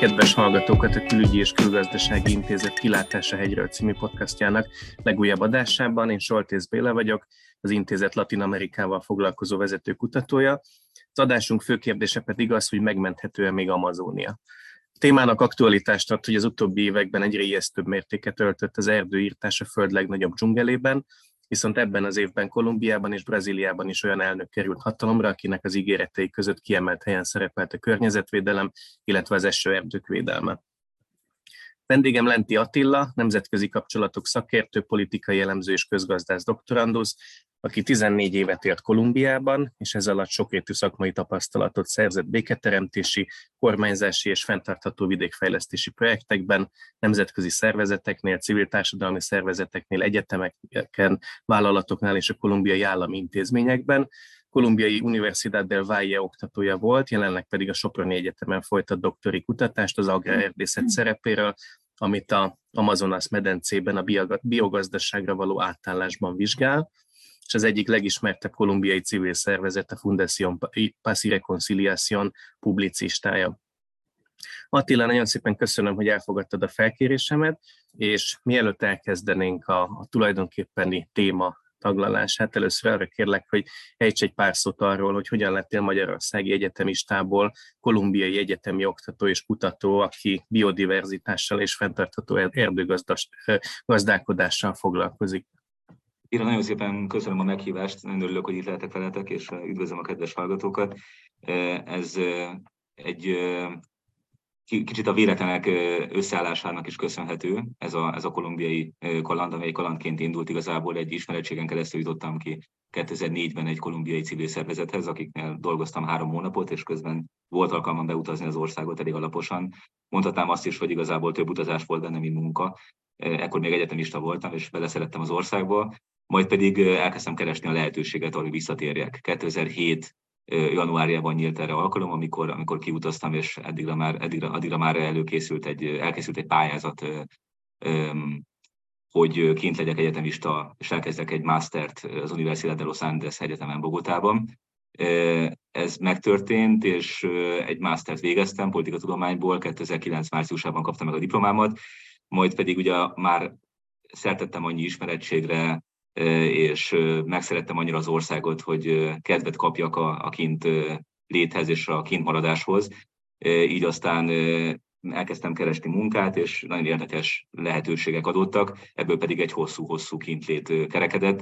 kedves hallgatókat a Külügyi és Külgazdasági Intézet Kilátás a hegyről című podcastjának legújabb adásában. Én Soltész Béla vagyok, az intézet Latin Amerikával foglalkozó vezető kutatója. Az adásunk fő kérdése pedig az, hogy megmenthető-e még Amazónia. A témának aktualitást ad, hogy az utóbbi években egyre ijesztőbb mértéket öltött az erdőirtás a föld legnagyobb dzsungelében, viszont ebben az évben Kolumbiában és Brazíliában is olyan elnök került hatalomra, akinek az ígéretei között kiemelt helyen szerepelt a környezetvédelem, illetve az esőerdők védelme. Vendégem Lenti Attila, nemzetközi kapcsolatok szakértő, politikai elemző és közgazdász doktorandusz, aki 14 évet élt Kolumbiában, és ez alatt sokrétű szakmai tapasztalatot szerzett béketeremtési, kormányzási és fenntartható vidékfejlesztési projektekben, nemzetközi szervezeteknél, civil társadalmi szervezeteknél, egyetemeken, vállalatoknál és a kolumbiai állami intézményekben. Kolumbiai Universidad del Valle oktatója volt, jelenleg pedig a Soproni Egyetemen folytat doktori kutatást az agrárerdészet szerepéről, amit a Amazonas medencében a biogazdaságra való átállásban vizsgál, és az egyik legismertebb kolumbiai civil szervezet a Fundación Paz y Reconciliación publicistája. Attila, nagyon szépen köszönöm, hogy elfogadtad a felkérésemet, és mielőtt elkezdenénk a tulajdonképpeni téma taglalását, először arra kérlek, hogy ejts egy pár szót arról, hogy hogyan lettél magyarországi egyetemistából kolumbiai egyetemi oktató és kutató, aki biodiverzitással és fenntartható erdőgazdálkodással foglalkozik. Én nagyon szépen köszönöm a meghívást, nagyon örülök, hogy itt lehetek veletek, és üdvözlöm a kedves hallgatókat. Ez egy kicsit a véletlenek összeállásának is köszönhető, ez a kolumbiai kaland, amely kalandként indult igazából, egy ismerettségen keresztül jutottam ki 2004-ben egy kolumbiai civil szervezethez, akiknél dolgoztam 3 hónapot, és közben volt alkalmam beutazni az országot elég alaposan. Mondhatnám azt is, hogy igazából több utazás volt benne, mint munka. Ekkor még egyetemista voltam, és beleszerettem az országba, majd pedig elkezdtem keresni a lehetőséget, hogy visszatérjek. 2007 januárjában nyílt erre alkalom, amikor kiutaztam, és addigra már elkészült egy pályázat, hogy kint legyek egyetemista, és elkezdek egy mastert az Universidad de los Andes Egyetemen Bogotában. Ez megtörtént, és egy mastert végeztem politikatudományból, 2009 márciusában kaptam meg a diplomámat, majd pedig ugye már szertettem annyi ismerettségre, és megszerettem annyira az országot, hogy kedvet kapjak a kint léthez és a kint maradáshoz. Így aztán elkezdtem keresni munkát, és nagyon érdekes lehetőségek adottak, ebből pedig egy hosszú-hosszú kintlét kerekedett,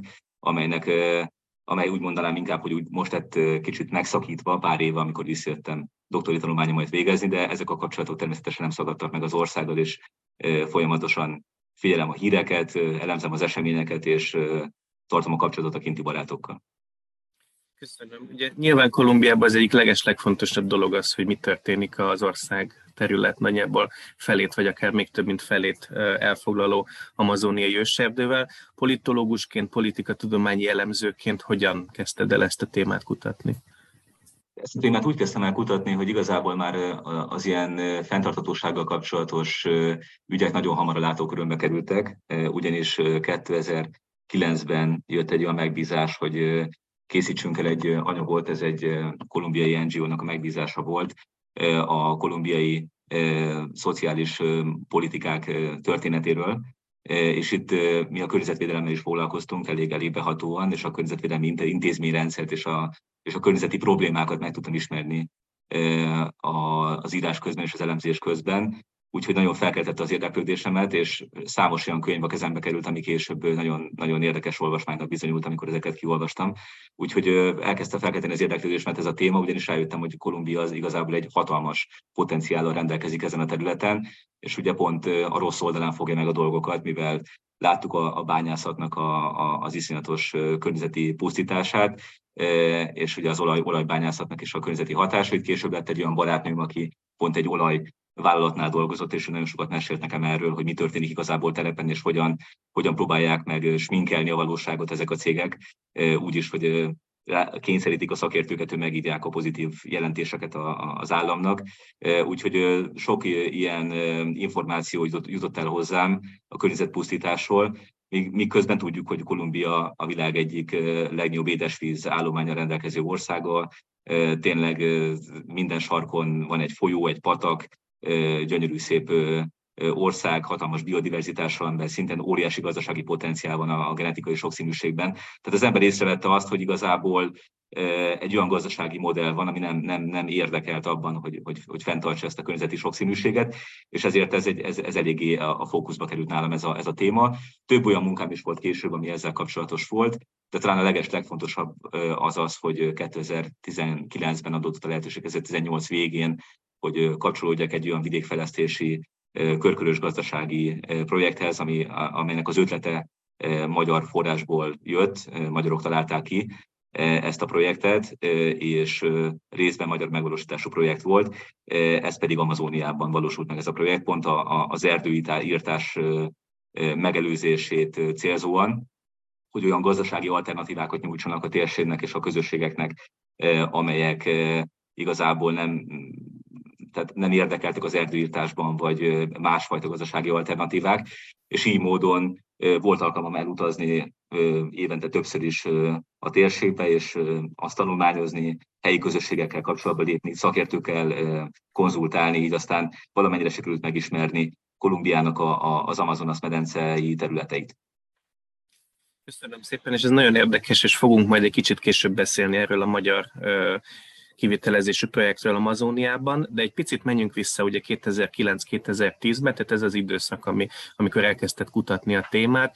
amely úgy mondanám inkább, hogy úgy most lett kicsit megszakítva pár éve, amikor visszajöttem doktori tanulmányomat végezni, de ezek a kapcsolatok természetesen nem szakadtak meg az országgal, és folyamatosan figyelem a híreket, elemzem az eseményeket, és tartom a kapcsolatot a kinti barátokkal. Köszönöm. Ugye nyilván Kolumbiában az egyik legeslegfontosabb dolog az, hogy mi történik az ország terület nagyjából felét, vagy akár még több mint felét elfoglaló amazóniai őserdővel. Politológusként, politikatudományi elemzőként hogyan kezdted el ezt a témát kutatni? Ezt a témát úgy kezdtem el kutatni, hogy igazából már az ilyen fenntarthatósággal kapcsolatos ügyek nagyon hamar a látókörömbe kerültek, ugyanis 2009-ben jött egy olyan megbízás, hogy készítsünk el egy anyagot, ez egy kolumbiai NGO-nak a megbízása volt, a kolumbiai szociális politikák történetéről, és itt mi a környezetvédelemmel is foglalkoztunk elég behatóan, és a környezetvédelmi intézményrendszert és a környezeti problémákat meg tudtam ismerni az írás közben és az elemzés közben. Úgyhogy nagyon felkeltette az érdeklődésemet, és számos olyan könyv a kezembe került, ami később nagyon, nagyon érdekes olvasmánynak bizonyult, amikor ezeket kiolvastam. Úgyhogy elkezdte felkelteni az érdeklődésemet ez a téma, ugyanis rájöttem, hogy Kolumbia az igazából egy hatalmas potenciállal rendelkezik ezen a területen, és ugye pont a rossz oldalán fogja meg a dolgokat, mivel láttuk a bányászatnak az iszonyatos környezeti pusztítását, és ugye az olajbányászatnak is a környezeti hatásait. Később lett egy olyan barátnőm, aki pont egy olajvállalatnál dolgozott, és nagyon sokat mesélt nekem erről, hogy mi történik igazából telepen, és hogyan próbálják meg sminkelni a valóságot ezek a cégek, úgyis, hogy kényszerítik a szakértőket, hogy megírják a pozitív jelentéseket az államnak. Úgyhogy sok ilyen információ jutott el hozzám a környezetpusztításról, miközben tudjuk, hogy Kolumbia a világ egyik legnagyobb édesvíz állománnyal rendelkező országa. Tényleg minden sarkon van egy folyó, egy patak, gyönyörű szép ország, hatalmas biodiverzitással, amiben szintén óriási gazdasági potenciál van a genetikai sokszínűségben. Tehát az ember észrevette azt, hogy igazából egy olyan gazdasági modell van, ami nem érdekelt abban, hogy fenntartsa ezt a környezeti sokszínűséget, és ezért ez eléggé a fókuszba került nálam ez a téma. Több olyan munkám is volt később, ami ezzel kapcsolatos volt, de talán a legfontosabb az, hogy 2019-ben adott a lehetőség, 2018 végén, hogy kapcsolódjak egy olyan vidékfejlesztési körkörös gazdasági projekthez, amelynek az ötlete magyar forrásból jött, magyarok találták ki ezt a projektet, és részben magyar megvalósítású projekt volt, ez pedig Amazóniában valósult meg ez a projekt, pont az erdőírtás megelőzését célzóan, hogy olyan gazdasági alternatívákat nyújtsanak a térségnek és a közösségeknek, amelyek igazából nem érdekeltek az erdőírtásban, vagy másfajta gazdasági alternatívák, és így módon volt alkalmam elutazni évente többször is a térségbe, és azt tanulmányozni, helyi közösségekkel kapcsolatba lépni, szakértőkkel konzultálni, így aztán valamennyire sikerült megismerni Kolumbiának az Amazonas-medencei területeit. Köszönöm szépen, és ez nagyon érdekes, és fogunk majd egy kicsit később beszélni erről a magyar kivitelezésű projektről Amazóniában, de egy picit menjünk vissza ugye 2009-2010-ben, tehát ez az időszak, amikor elkezdted kutatni a témát,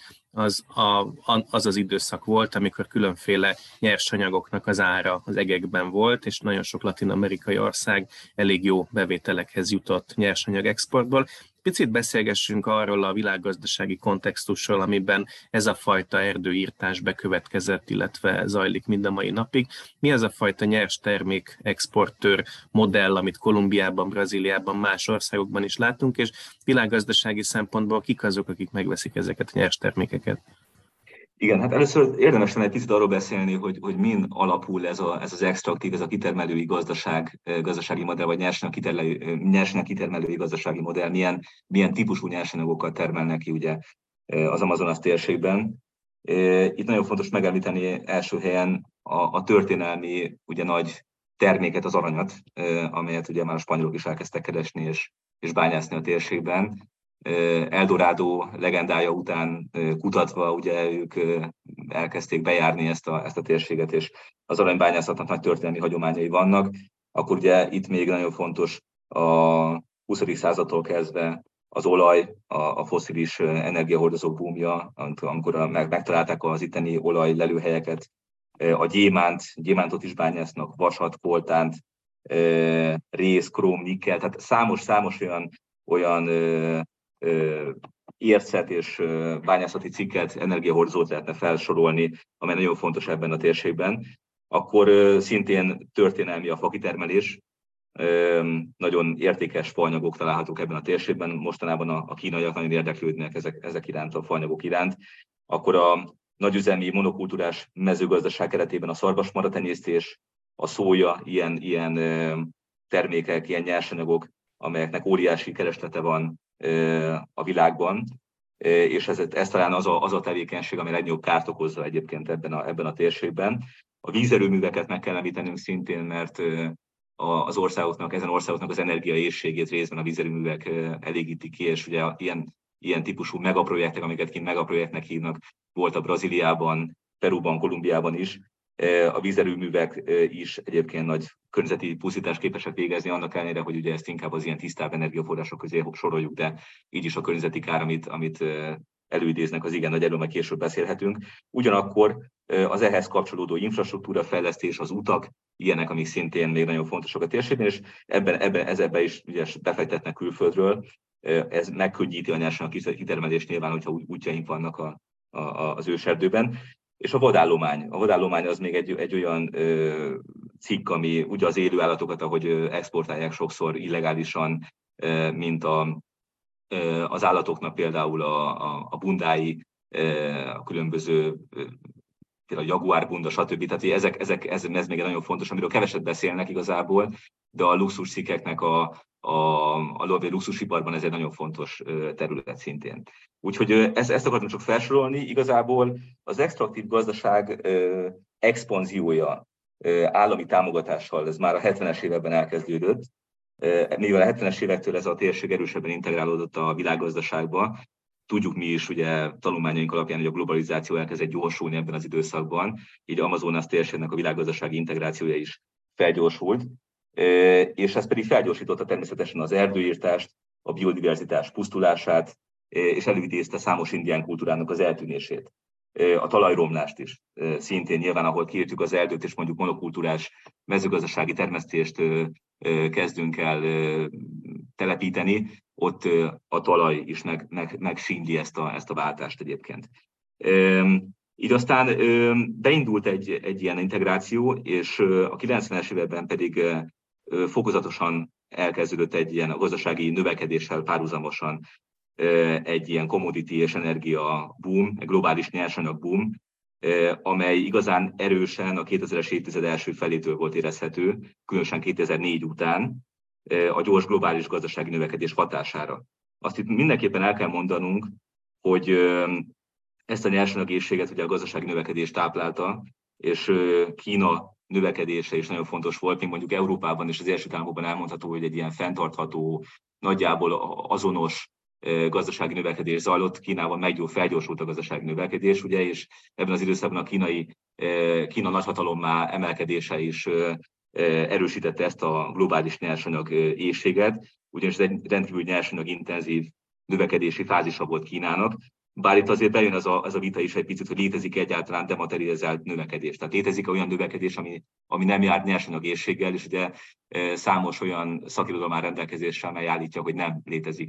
az időszak volt, amikor különféle nyersanyagoknak az ára az egekben volt, és nagyon sok latin-amerikai ország elég jó bevételekhez jutott nyersanyag exportból. Picit beszélgessünk arról a világgazdasági kontextusról, amiben ez a fajta erdőírtás bekövetkezett, illetve zajlik mind a mai napig. Mi az a fajta nyers termék exportőr modell, amit Kolumbiában, Brazíliában, más országokban is látunk, és világgazdasági szempontból kik azok, akik megveszik ezeket a nyers termékeket? Igen, hát először érdemes lenne egy picit arról beszélni, hogy min alapul ez az extraktív, ez a kitermelői gazdasági modell, vagy nyersanyag kitermelői gazdasági modell, milyen típusú nyersanyagokat termelnek ki ugye az Amazonas térségben. Itt nagyon fontos megemlíteni első helyen a történelmi ugye nagy terméket, az aranyat, amelyet ugye már a spanyolok is elkezdtek keresni és bányászni a térségben. Eldorado legendája után kutatva, ugye ők elkezdték bejárni ezt a térséget, és az aranybányászatnak nagy történelmi hagyományai vannak. Akkor ugye itt még nagyon fontos a 20. századtól kezdve az olaj, a fosszilis energiahordozók búmja, amikor megtalálták az itteni olajlelőhelyeket, a gyémántot is bányásznak, vasat, koltánt, réz, króm, nikkel, tehát számos olyan ércet és bányászati cikket, energiahordozót lehetne felsorolni, amely nagyon fontos ebben a térségben. Akkor szintén történelmi a fakitermelés, nagyon értékes faanyagok találhatók ebben a térségben, mostanában a kínaiak nagyon érdeklődnek ezek iránt, a faanyagok iránt. Akkor a nagyüzemi monokultúrás mezőgazdaság keretében a szarvasmaratenyésztés, a szója, ilyen termékek, ilyen nyersanyagok, amelyeknek óriási kereslete van a világban, és ez talán az a tevékenység, ami legnagyobb kárt okozza egyébként ebben a térségben. A vízerőműveket meg kell említenünk szintén, mert ezen országoknak az energiaéhségét részben a vízerőművek elégítik ki, és ugye ilyen típusú megaprojektek, amiket kint megaprojektnek hívnak, volt a Brazíliában, Perúban, Kolumbiában is. A vízerőművek is egyébként nagy környezeti pusztítást képesek végezni, annak ellenére, hogy ugye ezt inkább az ilyen tisztább energiaforrások közé soroljuk, de így is a környezeti kár, amit előidéznek, az igen nagy, erről majd később beszélhetünk. Ugyanakkor az ehhez kapcsolódó infrastruktúra fejlesztés, az utak, ilyenek, amik szintén még nagyon fontosak a térségben, és ebben is ugye befektetnek külföldről. Ez megkönnyíti a nyersanyag kitermelést nyilván, hogyha útjaink vannak az őserdőben. És a vadállomány az még egy olyan cikk, ami ugye az élő állatokat, ahogy exportálják sokszor illegálisan, mint az állatoknak például a bundái, a különböző például jaguárbunda, stb. Tehát ez még egy nagyon fontos, amiről keveset beszélnek igazából, de a luxuscikkeknek a luxusiparban ez egy nagyon fontos terület szintén. Úgyhogy ezt akartam csak felsorolni. Igazából az extraktív gazdaság expanziója állami támogatással, ez már a 70-es években elkezdődött, Mivel a 70-es évektől ez a térség erősebben integrálódott a világgazdaságba, tudjuk mi is ugye tanulmányaink alapján, hogy a globalizáció elkezdett gyorsulni ebben az időszakban, így Amazonas térségnek a világgazdasági integrációja is felgyorsult, és ez pedig felgyorsította természetesen az erdőirtást, a biodiverzitás pusztulását, és előidézte számos indián kultúrának az eltűnését. A talajromlást is szintén nyilván, ahol kiírtjuk az erdőt, és mondjuk monokultúrás mezőgazdasági termesztést kezdünk el telepíteni, ott a talaj is megsínyli ezt a váltást egyébként. Így aztán beindult egy ilyen integráció, és a 90-es években pedig fokozatosan elkezdődött egy ilyen gazdasági növekedéssel párhuzamosan egy ilyen commodity és energia boom, egy globális nyersanyag boom, amely igazán erősen a 2000-es évtized első felétől volt érezhető, különösen 2004 után a gyors globális gazdasági növekedés hatására. Azt itt mindenképpen el kell mondanunk, hogy ezt a nyersanyagészséget ugye a gazdasági növekedés táplálta, és Kína növekedése is nagyon fontos volt, még mondjuk Európában és az Egyesült Államokban elmondható, hogy egy ilyen fenntartható, nagyjából azonos gazdasági növekedés zajlott, Kínában felgyorsult a gazdasági növekedés, ugye, és ebben az időszakban a Kína nagyhatalommá emelkedése is erősítette ezt a globális nyersanyag éhséget, ugyanis ez egy rendkívül nyersanyag intenzív növekedési fázisa volt Kínának, bár itt azért bejön ez a vita is egy picit, hogy létezik egyáltalán dematerializált növekedés. Tehát létezik olyan növekedés, ami nem jár nyersanyag éhséggel, és ugye számos olyan szakirodalom áll rendelkezésre, amely állítja, hogy nem létezik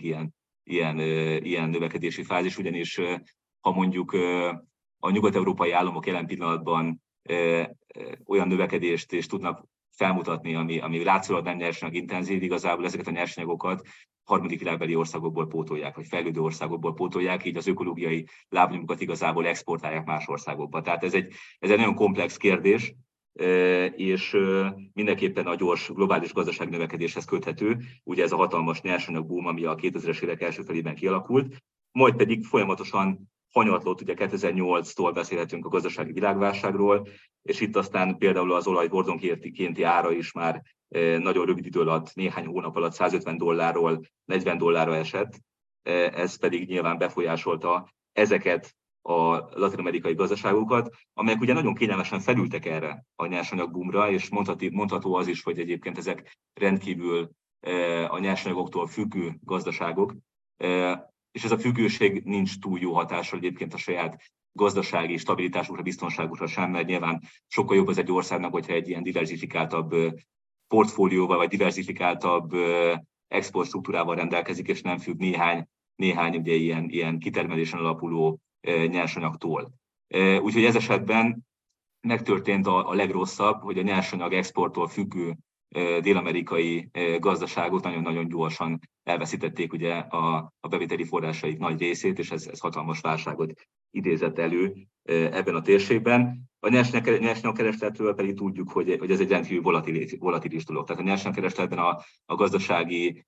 ilyen növekedési fázis, ugyanis ha mondjuk a nyugat-európai államok jelen pillanatban olyan növekedést is tudnak felmutatni, ami látszólag nem nyersanyag intenzív, igazából ezeket a nyersanyagokat harmadik világbeli országokból pótolják, vagy fejlődő országokból pótolják, így az ökológiai lábnyomukat igazából exportálják más országokba. Tehát ez egy nagyon komplex kérdés, és mindenképpen a gyors globális gazdaság növekedéshez köthető, ugye ez a hatalmas nyersanyag boom, ami a 2000-es évek első felében kialakult, majd pedig folyamatosan hanyatlott, ugye 2008-tól beszélhetünk a gazdasági világválságról, és itt aztán például az olaj hordonkénti ára is már nagyon rövid idő alatt, néhány hónap alatt $150-ról $40 esett, ez pedig nyilván befolyásolta ezeket a latin-amerikai gazdaságokat, amelyek ugye nagyon kényelmesen felültek erre a nyersanyagboomra, és mondható az is, hogy egyébként ezek rendkívül a nyersanyagoktól függő gazdaságok, és ez a függőség nincs túl jó hatással egyébként a saját gazdasági stabilitásukra, biztonságukra sem, mert nyilván sokkal jobb az egy országnak, hogyha egy ilyen diversifikáltabb portfólióval, vagy diversifikáltabb export struktúrával rendelkezik, és nem függ néhány ugye ilyen kitermelésen alapuló nyersanyagtól. Úgyhogy ez esetben megtörtént a legrosszabb, hogy a nyersanyag exporttól függő dél-amerikai gazdaságok nagyon-nagyon gyorsan elveszítették ugye a bevételi forrásaik nagy részét, és ez hatalmas válságot idézett elő ebben a térségben. A nyersanyagkeresletről pedig tudjuk, hogy ez egy rendkívül volatilis dolog. Tehát a nyersanyagkeresletben a gazdasági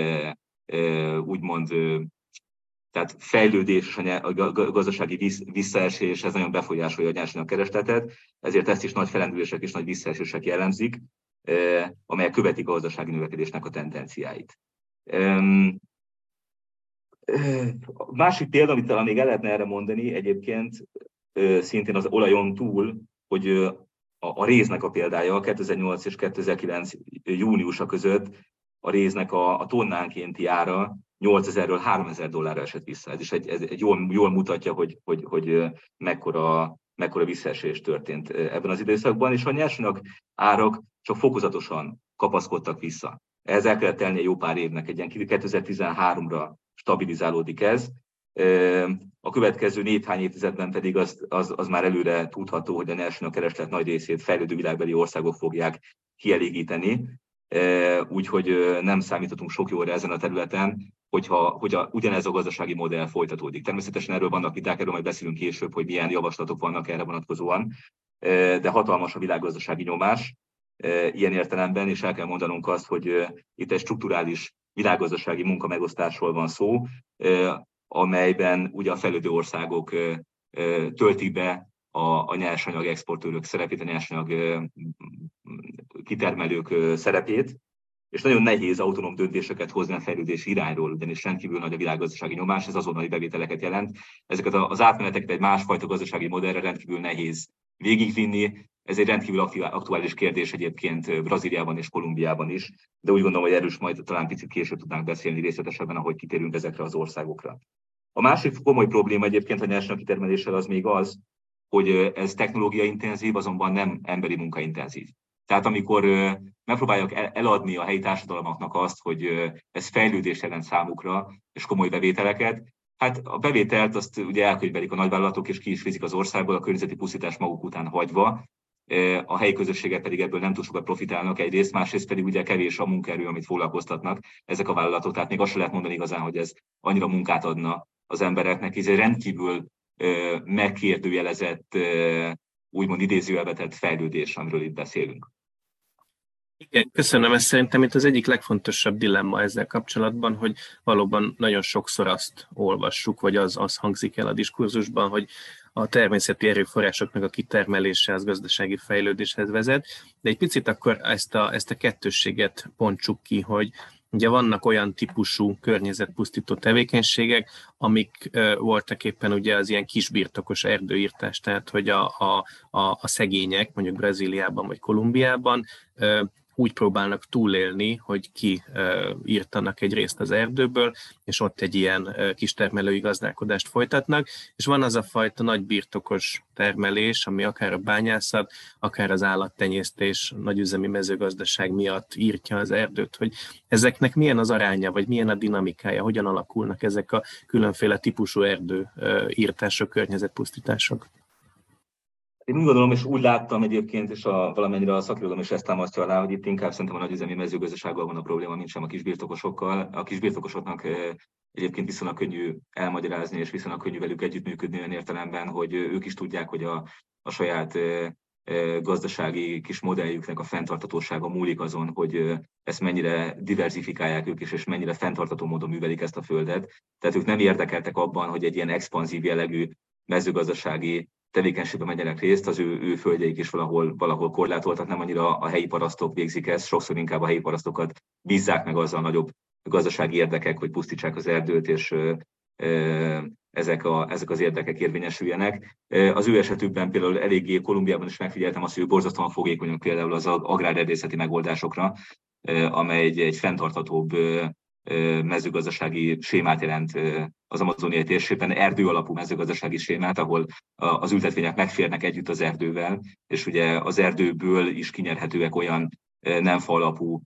úgymond tehát fejlődés és a gazdasági visszaesés, ez nagyon befolyásolja a nyersanyagkeresletet, ezért ezt is nagy felendülések és nagy visszaesések jellemzik, amelyek követik a gazdasági növekedésnek a tendenciáit. A másik példa, amit talán még el lehetne erre mondani, egyébként szintén az olajon túl, hogy a réznek a példája 2008 és 2009 júniusa között a réznek a tonnánkénti ára $8000-ről $3000 esett vissza. Ez is egy jól mutatja, hogy mekkora visszaesés történt ebben az időszakban, és a nyersanyag árak csak fokozatosan kapaszkodtak vissza. Ehhez el kellett telnie jó pár évnek, egy ilyen 2013-ra stabilizálódik ez. A következő néhány évtizedben pedig az már előre tudható, hogy a nyersanyagkereslet nagy részét fejlődő világbeli országok fogják kielégíteni, úgyhogy nem számíthatunk sok jóra ezen a területen, hogyha ugyanez a gazdasági modell folytatódik. Természetesen erről vannak viták, erről majd beszélünk később, hogy milyen javaslatok vannak erre vonatkozóan, de hatalmas a világgazdasági nyomás ilyen értelemben, és el kell mondanunk azt, hogy itt egy strukturális világgazdasági munkamegosztásról van szó, amelyben ugye a fejlődő országok töltik be a nyersanyag exportőrök szerepét, a nyersanyag kitermelők szerepét, és nagyon nehéz autonóm döntéseket hozni a fejlődési irányról, ugyanis rendkívül nagy a világgazdasági nyomás, ez azonnali bevételeket jelent. Ezeket az átmeneteket egy másfajta gazdasági modellre rendkívül nehéz végigvinni. Ez egy rendkívül aktuális kérdés egyébként Brazíliában és Kolumbiában is, de úgy gondolom, hogy erről majd talán picit később tudnánk beszélni részletesebben, ahogy kitérünk ezekre az országokra. A másik komoly probléma egyébként a nyersanyag kitermeléssel az még az, hogy ez technológiaintenzív, azonban nem emberi munkaintenzív. Tehát amikor megpróbálják eladni a helyi társadalmaknak azt, hogy ez fejlődés jelent számukra, és komoly bevételeket, hát a bevételt azt ugye elkönyvelik a nagyvállalatok, és ki is viszik az országból, a környezeti pusztítás maguk után hagyva, a helyi közösségek pedig ebből nem túl sokat profitálnak egyrészt, másrészt pedig ugye kevés a munkaerő, amit foglalkoztatnak ezek a vállalatok, tehát még azt sem lehet mondani igazán, hogy ez annyira munkát adna az embereknek, ez egy rendkívül megkérdőjelezett, úgymond idézőjelbe tett fejlődés, amiről itt beszélünk. Igen, köszönöm. Ez szerintem itt az egyik legfontosabb dilemma ezzel kapcsolatban, hogy valóban nagyon sokszor azt olvassuk, vagy az hangzik el a diskurzusban, hogy a természeti erőforrásoknak a kitermelése az gazdasági fejlődéshez vezet, de egy picit akkor ezt a kettősséget bontsuk ki, hogy ugye vannak olyan típusú környezetpusztító tevékenységek, amik voltak éppen ugye az ilyen kisbirtokos erdőírtás, tehát hogy a szegények, mondjuk Brazíliában vagy Kolumbiában úgy próbálnak túlélni, hogy kiírtanak egy részt az erdőből, és ott egy ilyen kistermelői gazdálkodást folytatnak, és van az a fajta nagy birtokos termelés, ami akár a bányászat, akár az állattenyésztés, nagyüzemi mezőgazdaság miatt írtja az erdőt, hogy ezeknek milyen az aránya, vagy milyen a dinamikája, hogyan alakulnak ezek a különféle típusú erdőírtások, környezetpusztítások. Én úgy gondolom, és úgy láttam egyébként, és valamennyire a szakirodalom is ezt támasztja alá, hogy itt inkább szerintem a nagyüzemi mezőgazdasággal van a probléma, mint sem a kisbirtokosokkal. A kisbirtokosoknak egyébként viszonylag könnyű elmagyarázni, és viszonylag könnyű velük együttműködni olyan értelemben, hogy ők is tudják, hogy a saját gazdasági kis modelljüknek a fenntarthatósága múlik azon, hogy ezt mennyire diverzifikálják ők is, és mennyire fenntartható módon művelik ezt a földet. Tehát ők nem érdekeltek abban, hogy egy ilyen expanzív jellegű mezőgazdasági tevékenységben menjenek részt, az ő földjeik is valahol korlátoltak, nem annyira a helyi parasztok végzik ezt, sokszor inkább a helyi parasztokat bízzák meg azzal nagyobb gazdasági érdekek, hogy pusztítsák az erdőt, és ezek az érdekek érvényesüljenek. Az ő esetükben például eléggé Kolumbiában is megfigyeltem azt, hogy borzasztóan fogékonyak például az agrárerdészeti megoldásokra, amely egy fenntarthatóbb mezőgazdasági sémát jelent az amazoniai térségben, erdő alapú mezőgazdasági sémát, ahol az ültetvények megférnek együtt az erdővel, és ugye az erdőből is kinyerhetőek olyan nem fa alapú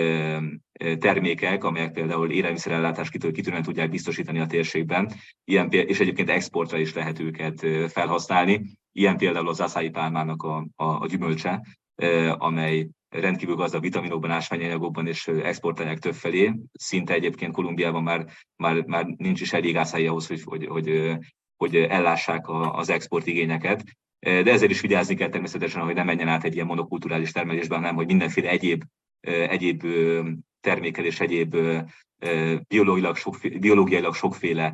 termékek, amelyek például élelmiszerellátást kitűnően tudják biztosítani a térségben, és egyébként exportra is lehet őket felhasználni. Ilyen például az acai pálmának a gyümölcse, amely rendkívül gazdag vitaminokban, ásványanyagokban, és exportálják többfelé. Szinte egyébként Kolumbiában már nincs is elég acai ahhoz, hogy ellássák az exportigényeket. De ezért is vigyázni kell természetesen, hogy ne menjen át egy ilyen monokulturális termelésben, hanem hogy mindenféle egyéb termékelés, egyéb biológiailag sokféle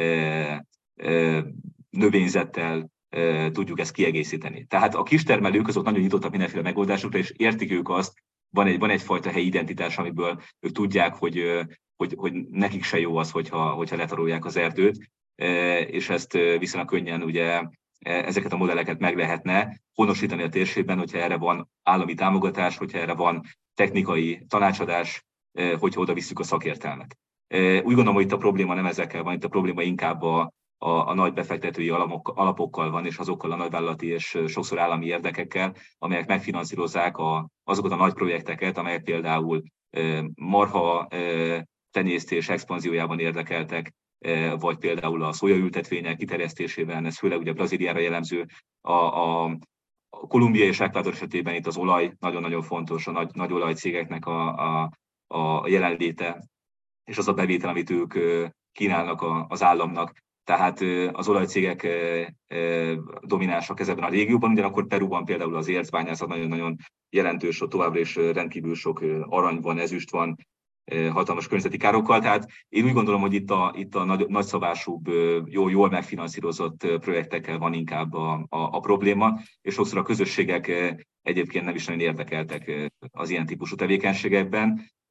növényzettel tudjuk ezt kiegészíteni. Tehát a kistermelők azok nagyon nyitottak mindenféle megoldásokra, és értik ők azt, van egyfajta helyi identitás, amiből ők tudják, hogy nekik se jó az, hogyha letarolják az erdőt, és ezt viszonylag könnyen ugye ezeket a modelleket meg lehetne honosítani a térségben, hogyha erre van állami támogatás, hogyha erre van technikai tanácsadás, hogyha oda visszük a szakértelmet. Úgy gondolom, hogy itt a probléma nem ezekkel van, itt a probléma inkább a nagy befektetői alapokkal van, és azokkal a nagyvállalati és sokszor állami érdekekkel, amelyek megfinanszírozzák azokat a nagy projekteket, amelyek például marha tenyésztés expanziójában érdekeltek, vagy például a szójaültetvények kiterjesztésében, ez főleg ugye Brazíliára jellemző. A Kolumbia és Ecuador esetében itt az olaj nagyon-nagyon fontos, a nagy olajcégeknek a jelenléte, és az a bevétel, amit ők kínálnak az államnak. Tehát az olajcégek dominánsak ezekben a régióban, ugyanakkor Peruban például az ércbányászat nagyon-nagyon jelentős, ott továbbra is rendkívül sok arany van, ezüst van, hatalmas környezeti károkkal. Tehát én úgy gondolom, hogy itt a nagyszabásúbb, jól megfinanszírozott projektekkel van inkább a probléma, és sokszor a közösségek egyébként nem is nagyon érdekeltek az ilyen típusú tevékenységekben.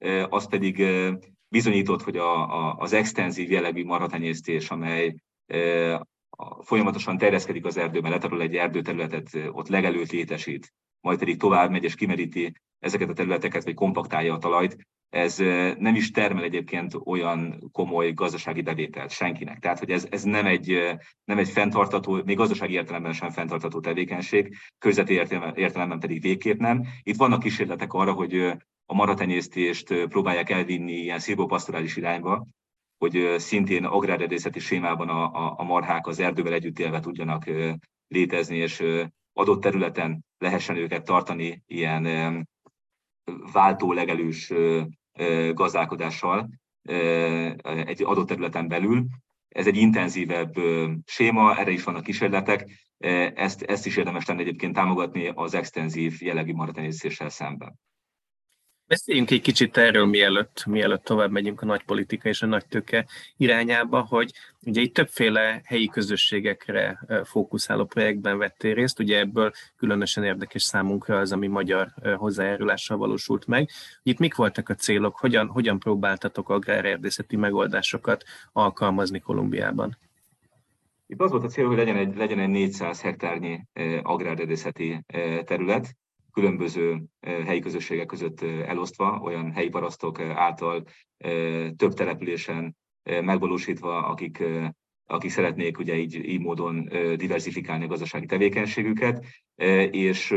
az pedig bizonyított, hogy az extenzív jellegű marhatenyésztés, amely folyamatosan terjeszkedik az erdőben, letarol egy erdőterületet, ott legelőt létesít, majd pedig tovább megy és kimeríti ezeket a területeket, vagy kompaktálja a talajt, ez nem is termel egyébként olyan komoly gazdasági bevételt senkinek. Tehát, hogy ez nem egy fenntartható, még gazdasági értelemben sem fenntartható tevékenység, környezeti értelemben pedig végképp nem. Itt vannak kísérletek arra, hogy a marhatenyésztést próbálják elvinni ilyen szilvopasztorális irányba, hogy szintén agrárerdészeti sémában a marhák az erdővel együtt élve tudjanak létezni, és adott területen lehessen őket tartani ilyen váltó legelős gazdálkodással egy adott területen belül. Ez egy intenzívebb séma, erre is vannak kísérletek, ezt is érdemes lenne egyébként támogatni az extenzív jellegű marhatenyésztéssel szemben. Beszéljünk egy kicsit erről, mielőtt tovább megyünk a nagy politika és a nagy tőke irányába, hogy ugye itt többféle helyi közösségekre fókuszáló projektben vettél részt, ugye ebből különösen érdekes számunkra az, ami magyar hozzájárulással valósult meg. Itt mik voltak a célok, hogyan próbáltatok agrárerdészeti megoldásokat alkalmazni Kolumbiában? Itt az volt a cél, hogy legyen egy 400 hektárnyi agrárerdészeti terület, különböző helyi közösségek között elosztva, olyan helyi parasztok által több településen megvalósítva, akik szeretnék ugye így módon diversifikálni a gazdasági tevékenységüket, és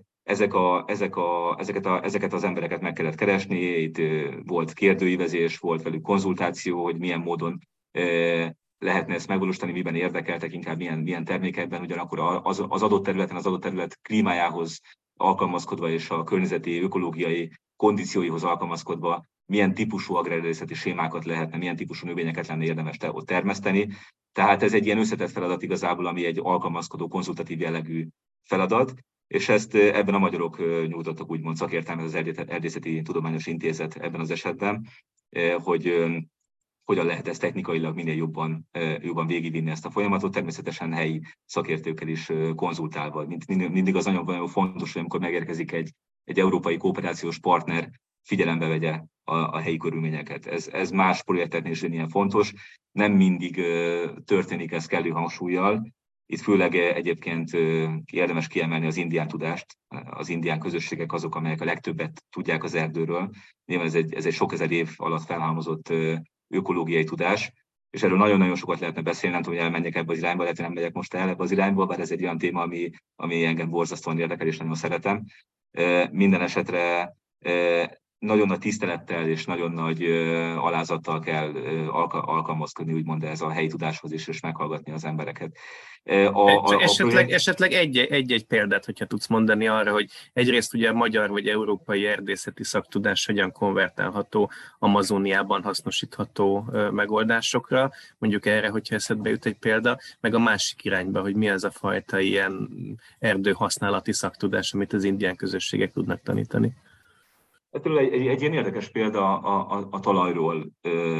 ezeket az embereket meg kellett keresni, itt volt kérdőívezés, volt velük konzultáció, hogy milyen módon lehetne ezt megvalósítani, miben érdekeltek, inkább milyen termékekben, ugyanakkor az adott területen, az adott terület klímájához alkalmazkodva és a környezeti, ökológiai kondícióihoz alkalmazkodva milyen típusú agrárerdészeti sémákat lehetne, milyen típusú növényeket lenne érdemes ott termeszteni. Tehát ez egy ilyen összetett feladat igazából, ami egy alkalmazkodó, konzultatív jellegű feladat, és ezt ebben a magyarok nyújtottak úgymond szakértelmet, az Erdészeti Tudományos Intézet ebben az esetben, hogy hogyan lehet ezt technikailag minél jobban végigvinni ezt a folyamatot, természetesen helyi szakértőkkel is konzultálva. Mindig az nagyon fontos, hogy amikor megérkezik egy európai kooperációs partner, figyelembe vegye a helyi körülményeket. Ez más projekteknél is ilyen fontos. Nem mindig történik ez kellő hangsúllyal. Itt főleg egyébként érdemes kiemelni az indián tudást. Az indián közösségek azok, amelyek a legtöbbet tudják az erdőről. Nyilván ez egy sok ezer év alatt felhalmozott ökológiai tudás, és erről nagyon-nagyon sokat lehetne beszélni, nem tudom, hogy elmenjek ebbe az irányba, lehet, hogy nem megyek most el ebbe az irányba, bár ez egy olyan téma, ami engem borzasztóan érdekel, és nagyon szeretem. Minden esetre nagyon nagy tisztelettel és nagyon nagy alázattal kell alkalmazkodni, úgymond ez a helyi tudáshoz is, és meghallgatni az embereket. Esetleg egy példát, hogyha tudsz mondani arra, hogy egyrészt ugye a magyar vagy európai erdészeti szaktudás hogyan konvertálható Amazóniában hasznosítható megoldásokra, mondjuk erre, hogyha eszedbe jut egy példa, meg a másik irányba, hogy mi az a fajta ilyen erdőhasználati szaktudás, amit az indián közösségek tudnak tanítani. Egy ilyen érdekes példa a talajról,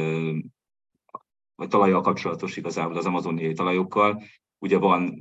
vagy talajjal kapcsolatos igazából az amazoniai talajokkal. Ugye van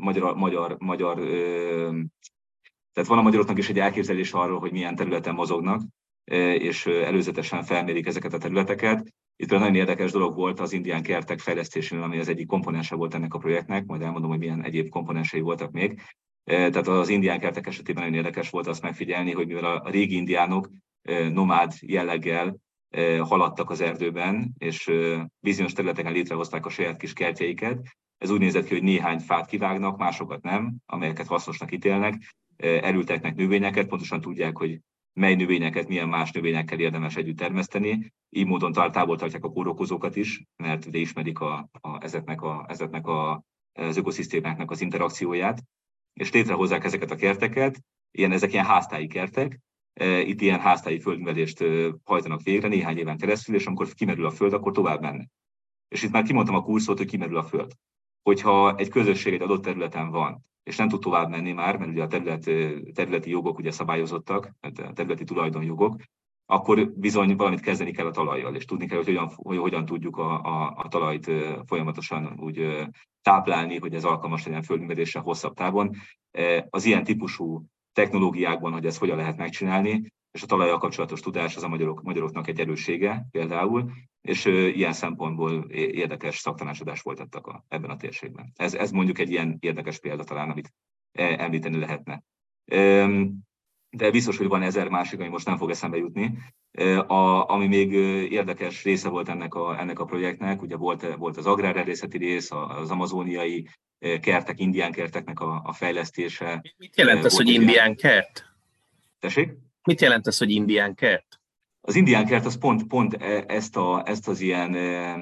tehát van a magyaroknak is egy elképzelés arról, hogy milyen területen mozognak, és előzetesen felmérik ezeket a területeket. Itt nagyon érdekes dolog volt az indián kertek fejlesztésénél, ami az egyik komponense volt ennek a projektnek, majd elmondom, hogy milyen egyéb komponensei voltak még. Tehát az indián kertek esetében nagyon érdekes volt azt megfigyelni, hogy mivel a régi indiánok nomád jelleggel haladtak az erdőben, és bizonyos területeken létrehozták a saját kis kertjeiket. Ez úgy nézett ki, hogy néhány fát kivágnak, másokat nem, amelyeket hasznosnak ítélnek, elültetnek növényeket, pontosan tudják, hogy mely növényeket, milyen más növényekkel érdemes együtt termeszteni. Így módon távol tartják a kórokozókat is, mert ugye ismerik ezeknek az ökoszisztémáknak az interakcióját, és létrehozzák ezeket a kerteket, ezek ilyen háztáji kertek. Itt ilyen háztáji földművelést hajtanak végre néhány éven keresztül, és amikor kimerül a föld, akkor tovább mennek. És itt már kimondtam a kurszót, hogy kimerül a föld. Hogyha egy közösség egy adott területen van, és nem tud tovább menni már, mert ugye a területi jogok ugye szabályozottak, a területi tulajdonjogok, akkor bizony valamit kezdeni kell a talajjal, és tudni kell, hogy hogyan tudjuk a talajt folyamatosan úgy táplálni, hogy ez alkalmas legyen földművelésre hosszabb távon. Az ilyen típusú technológiákban, hogy ezt hogyan lehet megcsinálni, és a talajjal kapcsolatos tudás az a magyaroknak egy erőssége például, és ilyen szempontból érdekes szaktanácsadást folytattak ebben a térségben. Ez mondjuk egy ilyen érdekes példa talán, amit említeni lehetne. De biztos, hogy van 1000 másik, ami most nem fog eszembe jutni. Ami még érdekes része volt ennek a projektnek, ugye volt az agrárerdészeti rész, az amazóniai kertek, indián kerteknek a fejlesztése. Mit jelent ez, hogy indián kert? Tessék? Mit jelent ez, hogy indián kert? Az indián kert az pont ezt az ilyen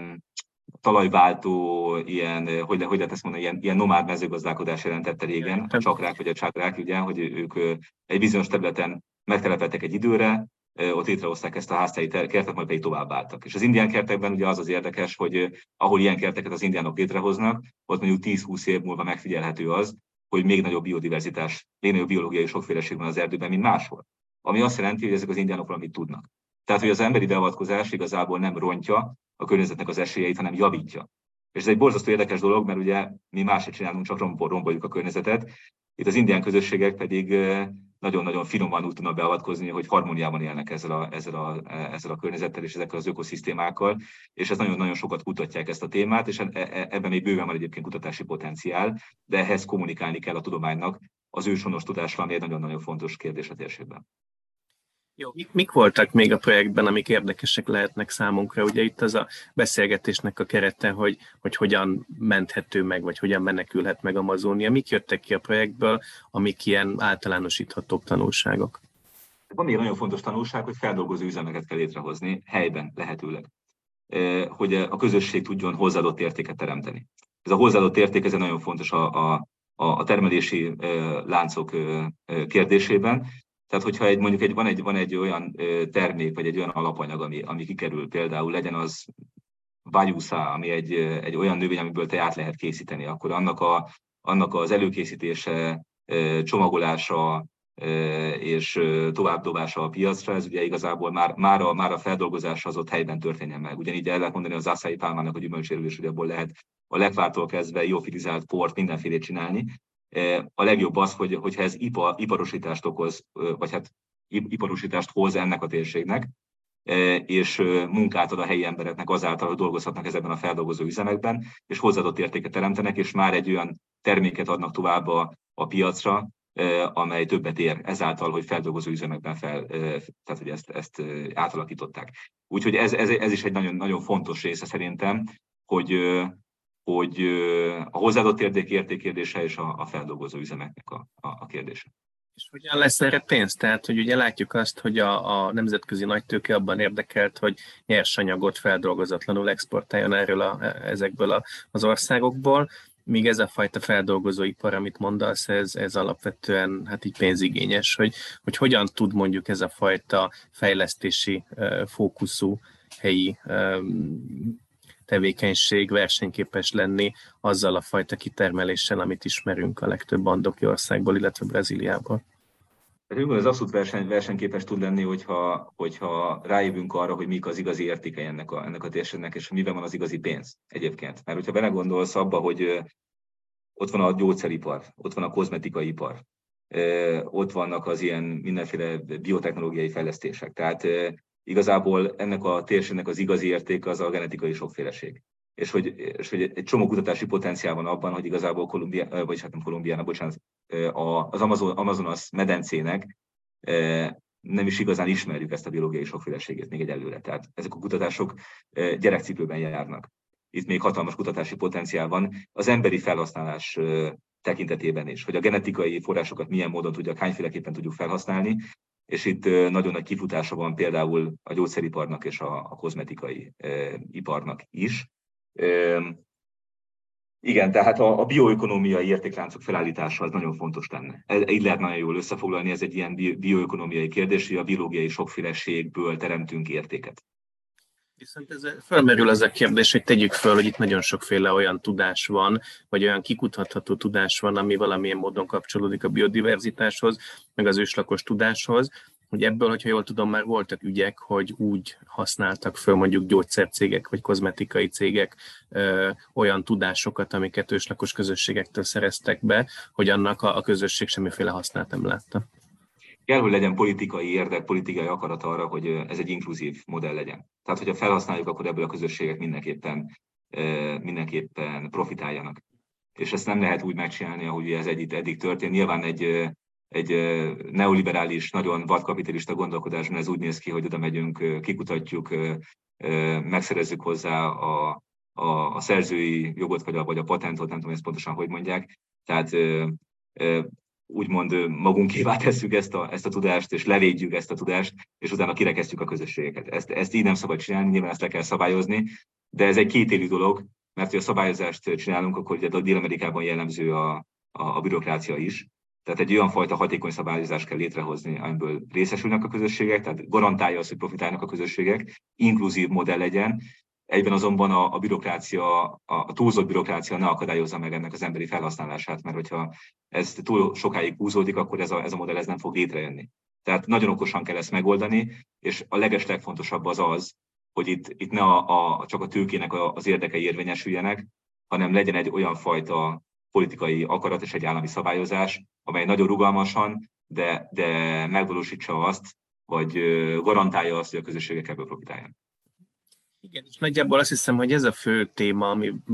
talajváltó, ilyen, hogy lehet ezt mondani, ilyen nomád mezőgazdálkodás jelentette régen, a csakrák vagy a csakrák, ugye, hogy ők egy bizonyos területen megtelepedtek egy időre, ott létrehozták ezt a háztáji kertet, majd pedig továbbváltak. És az indián kertekben ugye az érdekes, hogy ahol ilyen kerteket az indiánok létrehoznak, ott mondjuk 10-20 év múlva megfigyelhető az, hogy még nagyobb biodiverzitás, még nagyobb biológiai sokféleség van az erdőben, mint máshol. Ami azt jelenti, hogy ezek az indiánok valamit tudnak. Tehát, hogy az emberi beavatkozás igazából nem rontja a környezetnek az esélyeit, hanem javítja. És ez egy borzasztó érdekes dolog, mert ugye mi máshogy csinálunk, csak romboljuk a környezetet. Itt az indián közösségek pedig nagyon-nagyon finoman úgy tudnak beavatkozni, hogy harmóniában élnek ezzel a környezettel és ezekkel az ökoszisztémákkal, és ez nagyon-nagyon sokat kutatják ezt a témát, és ebben még bőven van egyébként kutatási potenciál, de ehhez kommunikálni kell a tudománynak az őshonos tudásra, ami egy nagyon-nagyon fontos kérdés a térségben. Jó, mik voltak még a projektben, amik érdekesek lehetnek számunkra? Ugye itt az a beszélgetésnek a kerete, hogy hogyan menthető meg, vagy hogyan menekülhet meg Amazónia. Mik jöttek ki a projektből, amik ilyen általánosíthatóbb tanulságok? Van még nagyon fontos tanulság, hogy feldolgozó üzemeket kell létrehozni helyben lehetőleg, hogy a közösség tudjon hozzáadott értéket teremteni. Ez a hozzáadott érték, ez nagyon fontos a termelési láncok kérdésében. Tehát, hogyha mondjuk van egy olyan termék, vagy egy olyan alapanyag, ami kikerül, például legyen az vajúszá, ami egy olyan növény, amiből teját lehet készíteni, akkor annak az előkészítése, csomagolása és továbbdobása a piacra, ez ugye igazából már a feldolgozása az ott helyben történjen meg. Ugyanígy el lehet mondani az acai pálmának a gyümölcséről is, hogy abból lehet a lekvártól kezdve liofilizált port, mindenfélét csinálni. A legjobb az, hogyha ez iparosítást okoz, vagy hát iparosítást hoz ennek a térségnek, és munkát ad a helyi embereknek azáltal, hogy dolgozhatnak ezekben a feldolgozó üzemekben, és hozzáadott értéket teremtenek, és már egy olyan terméket adnak tovább a piacra, amely többet ér ezáltal, hogy feldolgozó üzemekben tehát hogy ezt átalakították. Úgyhogy ez is egy nagyon, nagyon fontos része szerintem, hogy a hozzáadott érték kérdése és a feldolgozó üzemeknek a kérdése. És hogyan lesz erre pénz? Tehát, hogy ugye látjuk azt, hogy a nemzetközi nagytőke abban érdekelt, hogy nyersanyagot feldolgozatlanul exportáljon ezekből az országokból, míg ez a fajta feldolgozóipar, amit mondasz, ez alapvetően hát így pénzigényes, hogy hogyan tud mondjuk ez a fajta fejlesztési fókuszú helyi tevékenység versenyképes lenni azzal a fajta kitermeléssel, amit ismerünk a legtöbb andoki országból, illetve Brazíliából. Ez abszolút versenyképes tud lenni, hogyha rájövünk arra, hogy mik az igazi értékei ennek a térségnek, és miben van az igazi pénz egyébként. Mert hogyha belegondolsz abba, hogy ott van a gyógyszeripar, ott van a kozmetikai ipar, ott vannak az ilyen mindenféle biotechnológiai fejlesztések. Tehát igazából ennek a térségnek az igazi értéke az a genetikai sokféleség. És hogy egy csomó kutatási potenciál van abban, hogy igazából az Amazonas medencének nem is igazán ismerjük ezt a biológiai sokféleségét még egyelőre. Tehát ezek a kutatások gyerekcipőben járnak. Itt még hatalmas kutatási potenciál van az emberi felhasználás tekintetében is, hogy a genetikai forrásokat milyen módon tudjuk, hányféleképpen tudjuk felhasználni, és itt nagyon nagy kifutása van például a gyógyszeriparnak és a kozmetikai iparnak is. Igen, tehát a bioökonómiai értékláncok felállítása az nagyon fontos lenne. Így lehet nagyon jól összefoglalni, ez egy ilyen bioökonómiai kérdés, hogy a biológiai sokféleségből teremtünk értéket. Viszont felmerül az a kérdés, hogy tegyük föl, hogy itt nagyon sokféle olyan tudás van, vagy olyan kikutatható tudás van, ami valamilyen módon kapcsolódik a biodiverzitáshoz, meg az őslakos tudáshoz, hogy ebből, hogyha jól tudom, már voltak ügyek, hogy úgy használtak föl mondjuk gyógyszercégek vagy kozmetikai cégek olyan tudásokat, amiket őslakos közösségektől szereztek be, hogy annak a közösség semmiféle hasznát nem látta. kell, hogy legyen politikai érdek, politikai akarat arra, hogy ez egy inkluzív modell legyen. Tehát, hogyha felhasználjuk, akkor ebből a közösségek mindenképpen profitáljanak. És ezt nem lehet úgy megcsinálni, ahogy ez eddig történt. Nyilván egy neoliberális, nagyon vadkapitalista gondolkodásban ez úgy néz ki, hogy oda megyünk, kikutatjuk, megszerezzük hozzá a szerzői jogot, vagy a patentot, nem tudom ezt pontosan hogy mondják. Tehát úgymond magunkévá tesszük ezt a tudást, és levédjük ezt a tudást, és utána kirekesztjük a közösségeket. Ezt így nem szabad csinálni, nyilván ezt le kell szabályozni, de ez egy kétélű dolog, mert hogy a szabályozást csinálunk, akkor ugye a Dél-Amerikában jellemző a bürokrácia is. Tehát egy olyan fajta hatékony szabályozást kell létrehozni, amiből részesülnek a közösségek, tehát garantálja azt, hogy profitálnak a közösségek, inkluzív modell legyen. Egyben azonban a bürokrácia, a túlzott bürokrácia ne akadályozza meg ennek az emberi felhasználását, mert hogyha ez túl sokáig húzódik, akkor ez a modell nem fog létrejönni. Tehát nagyon okosan kell ezt megoldani, és a legfontosabb az, hogy itt ne csak a tőkének az érdekei érvényesüljenek, hanem legyen egy olyan fajta politikai akarat és egy állami szabályozás, amely nagyon rugalmasan, de megvalósítsa azt, vagy garantálja azt, hogy a közösségek ebből profitáljanak. Igen, és nagyjából azt hiszem, hogy ez a fő téma,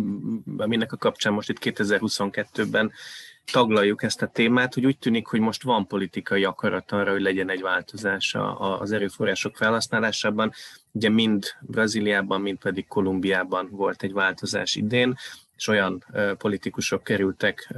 aminek a kapcsán most itt 2022-ben taglaljuk ezt a témát, hogy úgy tűnik, hogy most van politikai akarat arra, hogy legyen egy változás az erőforrások felhasználásában. Ugye mind Brazíliában, mind pedig Kolumbiában volt egy változás idén, és olyan politikusok kerültek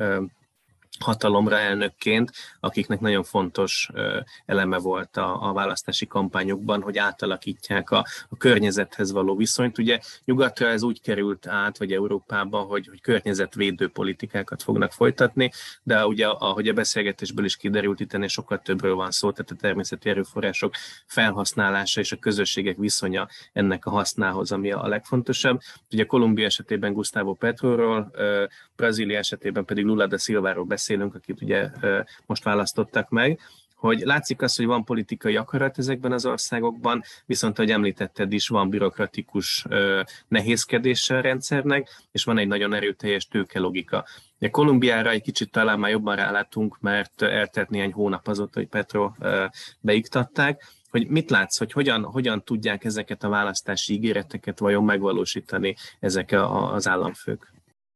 hatalomra elnökként, akiknek nagyon fontos eleme volt a választási kampányokban, hogy átalakítják a környezethez való viszonyt. Ugye nyugatra ez úgy került át, vagy Európába, hogy környezetvédő politikákat fognak folytatni, de ugye, ahogy a beszélgetésből is kiderült, itt sokkal többről van szó, tehát a természeti erőforrások felhasználása és a közösségek viszonya ennek a hasznához, ami a legfontosabb. Ugye Kolumbia esetében Gustavo Petróról, Brazília esetében pedig Lula da Silváról beszélünk, akit ugye most választottak meg, hogy látszik az, hogy van politikai akarat ezekben az országokban, viszont, ahogy említetted is, van bürokratikus nehézkedése a rendszernek, és van egy nagyon erőteljes tőkelogika. A Kolumbiára egy kicsit talán már jobban rálátunk, mert eltelt néhány hónap azóta, hogy Petro beiktatták, hogy mit látsz, hogy hogyan tudják ezeket a választási ígéreteket vajon megvalósítani ezek az államfők?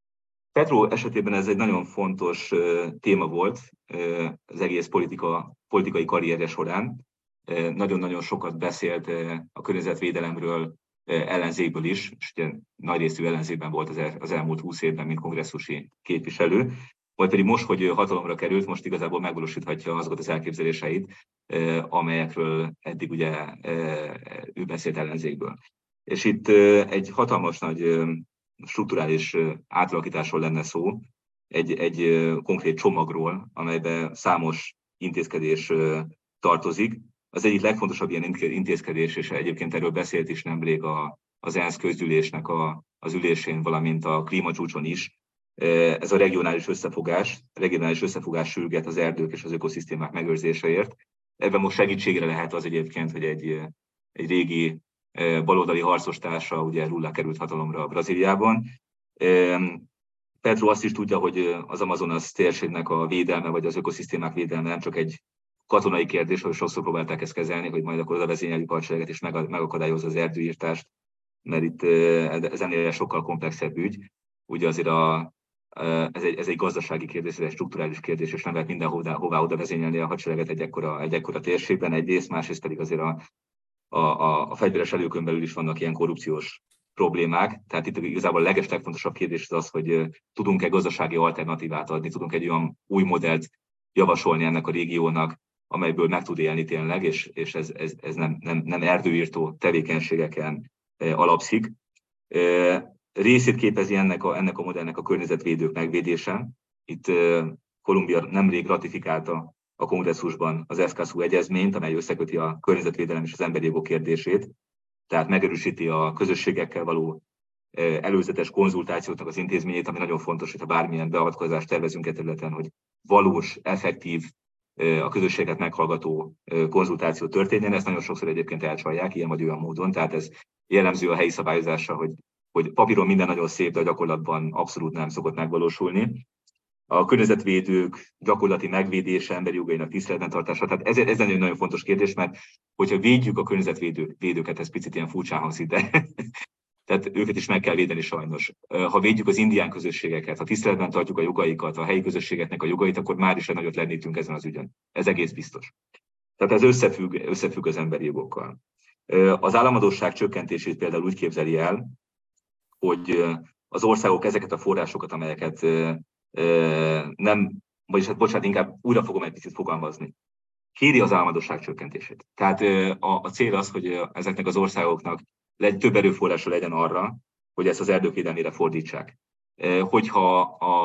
Petro esetében ez egy nagyon fontos téma volt az egész politikai karrierje során. Nagyon-nagyon sokat beszélt a környezetvédelemről, ellenzékből is, és ugye nagy részű ellenzékben volt az elmúlt 20 évben, mint kongresszusi képviselő. Majd pedig most, hogy hatalomra került, most igazából megvalósíthatja azokat az elképzeléseit, amelyekről eddig ugye ő beszélt ellenzékből. És itt egy hatalmas nagy strukturális átalakításról lenne szó, egy konkrét csomagról, amelyben számos intézkedés tartozik. Az egyik legfontosabb ilyen intézkedés, és egyébként erről beszélt is nemrég az ENSZ közgyűlésnek az ülésén, valamint a klímacsúcson is, ez a regionális összefogás sürget az erdők és az ökoszisztémák megőrzéseért. Ebben most segítségre lehet az egyébként, hogy egy régi baloldali harcostársa, ugye Lula került hatalomra Brazíliában. Petro azt is tudja, hogy az Amazonas térségnek a védelme, vagy az ökoszisztémák védelme nem csak egy katonai kérdés, hogy sokszor próbálták ezt kezelni, hogy majd akkor oda vezényeljük a hadsereget és megakadályozza az erdőírtást, mert itt ez ennél sokkal komplexebb ügy. Ugye azért ez egy gazdasági kérdés, ez egy strukturális kérdés, és nem lehet mindenhová oda vezényelni a hadsereget egy ekkora térségben, egyrészt, másrészt pedig azért a fegyveres előkön belül is vannak ilyen korrupciós problémák. Tehát itt igazából a legfontosabb kérdés az, hogy tudunk-e gazdasági alternatívát adni, tudunk egy olyan új modellt javasolni ennek a régiónak, amelyből meg tud élni tényleg, és ez nem erdőírtó tevékenységeken alapszik. Részét képezi ennek a modellnek a környezetvédők megvédése. Itt Kolumbia nemrég ratifikálta a kongresszusban az Escazú egyezményt, amely összeköti a környezetvédelem és az emberi jogok kérdését, tehát megerősíti a közösségekkel való előzetes konzultációknak az intézményét, ami nagyon fontos, hogyha bármilyen beavatkozást tervezünk e területen, hogy valós, effektív, a közösséget meghallgató konzultáció történjen. Ezt nagyon sokszor egyébként elcsalják ilyen vagy olyan módon, tehát ez jellemző a helyi szabályozásra, hogy papíron minden nagyon szép, de a gyakorlatban abszolút nem szokott megvalósulni. a környezetvédők gyakorlati megvédése, emberi jogainak tiszteletben tartása. Tehát ez egy nagyon fontos kérdés, mert hogyha védjük a környezetvédőket, ez picit ilyen furcsán hangzik, de tehát őket is meg kell védeni sajnos. Ha védjük az indián közösségeket, ha tiszteletben tartjuk a jogaikat, a helyi közösségeknek a jogait, akkor már is egy nagyot lendítünk ezen az ügyön. Ez egész biztos. Tehát ez összefügg az emberi jogokkal. Az államadósság csökkentését például úgy képzeli el, hogy az országok ezeket a forrásokat, amelyeket inkább újra fogom egy picit fogalmazni. Kéri az államadósság csökkentését. Tehát a cél az, hogy ezeknek az országoknak több erőforrása legyen arra, hogy ezt az erdők védelmére fordítsák. Hogyha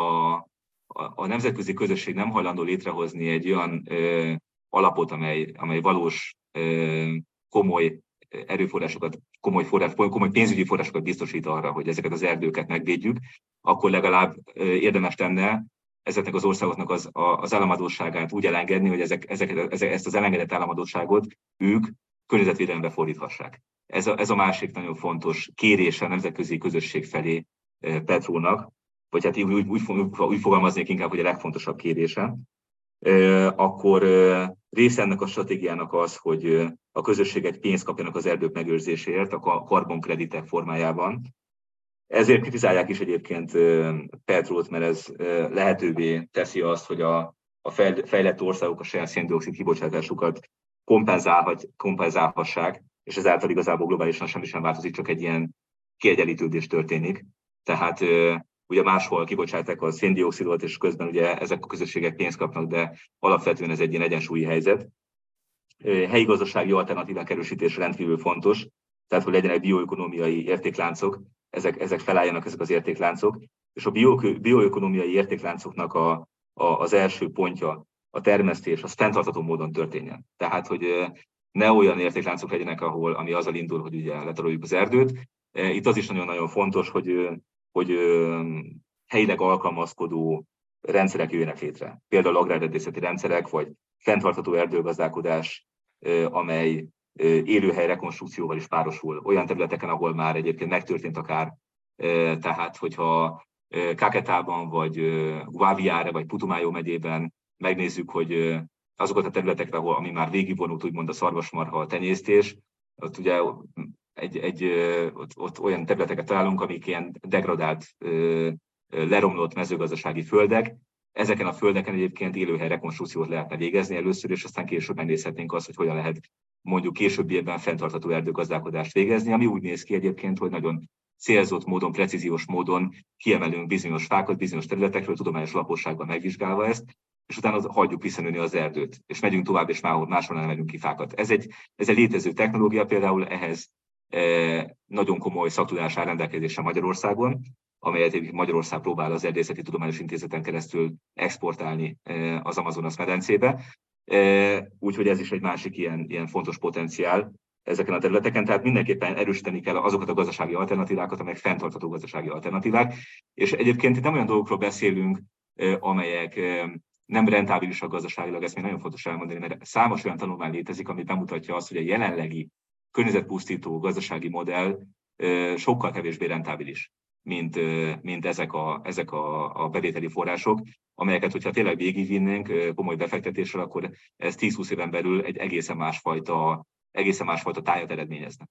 a nemzetközi közösség nem hajlandó létrehozni egy olyan alapot, amely valós, komoly erőforrásokat, komoly pénzügyi forrásokat biztosít arra, hogy ezeket az erdőket megvédjük, akkor legalább érdemes lenne ezeknek az országoknak az államadósságát úgy elengedni, hogy ezt az elengedett államadósságot ők környezetvédelembe fordíthassák. Ez a másik nagyon fontos kérése a nemzetközi közösség felé Petrónak, vagy hát úgy fogalmaznék inkább, hogy a legfontosabb kérése. Akkor része ennek a stratégiának az, hogy a közösségek pénzt kapjanak az erdők megőrzéséért a karbonkreditek formájában. Ezért kritizálják is egyébként Petrót, mert ez lehetővé teszi azt, hogy a fejlett országok a saját szén-dioxid kibocsátásukat kompenzálhassák, és ezáltal igazából globálisan semmi sem változik, csak egy ilyen kiegyenlítődés történik. Tehát ugye máshol kibocsátják a szén-dioxidot, és közben ugye ezek a közösségek pénzt kapnak, de alapvetően ez egy ilyen egyensúlyi helyzet. Helyi gazdasági alternatívák erősítése rendkívül fontos, tehát hogy legyenek bioökonómiai értékláncok, ezek felálljanak ezek az értékláncok, és a bioökonómiai értékláncoknak az első pontja a termesztés, az fenntartható módon történjen. Tehát, hogy ne olyan értékláncok legyenek, ami azzal indul, hogy ugye letaroljuk az erdőt. Itt az is nagyon-nagyon fontos, hogy helyileg alkalmazkodó rendszerek jöjjenek létre. Például agrárrendészeti rendszerek, vagy fenntartható erdőgazdálkodás, amely élőhely rekonstrukcióval is párosul. Olyan területeken, ahol már egyébként megtörtént akár, tehát hogyha Caquetában, vagy Guaviare, vagy Putumayo megyében megnézzük, hogy azokat a területekre, ami már végigvonult, úgymond a szarvasmarha tenyésztés, ott ugye ott olyan területeket találunk, amik ilyen degradált, leromlott mezőgazdasági földek. Ezeken a földeken egyébként élőhely rekonstrukciót lehetne végezni először, és aztán később megnézhetnénk azt, hogy hogyan lehet mondjuk későbbiekben fenntartható erdőgazdálkodást végezni, ami úgy néz ki egyébként, hogy nagyon célzott módon, precíziós módon kiemelünk bizonyos fákat, bizonyos területekről, tudományos lapossággal megvizsgálva ezt, és utána hagyjuk visszanőni az erdőt, és megyünk tovább, és máshol nem megyünk ki fákat. Ez egy létező technológia, például ehhez nagyon komoly szaktudás áll rendelkezésre Magyarországon, amelyet Magyarország próbál az Erdészeti Tudományos Intézeten keresztül exportálni az Amazonas medencébe. Úgyhogy ez is egy másik ilyen fontos potenciál ezeken a területeken, tehát mindenképpen erősíteni kell azokat a gazdasági alternatívákat, amelyek fenntartható gazdasági alternatívák. És egyébként itt nem olyan dolgokról beszélünk, amelyek nem rentábilisak gazdaságilag, ezt még nagyon fontos elmondani, mert számos olyan tanulmány létezik, ami bemutatja azt, hogy a jelenlegi környezetpusztító gazdasági modell sokkal kevésbé rentábilis, mint ezek a bevételi források, amelyeket, hogyha tényleg végigvinnénk komoly befektetéssel, akkor ez 10-20 éven belül egy egészen másfajta tájat eredményezne.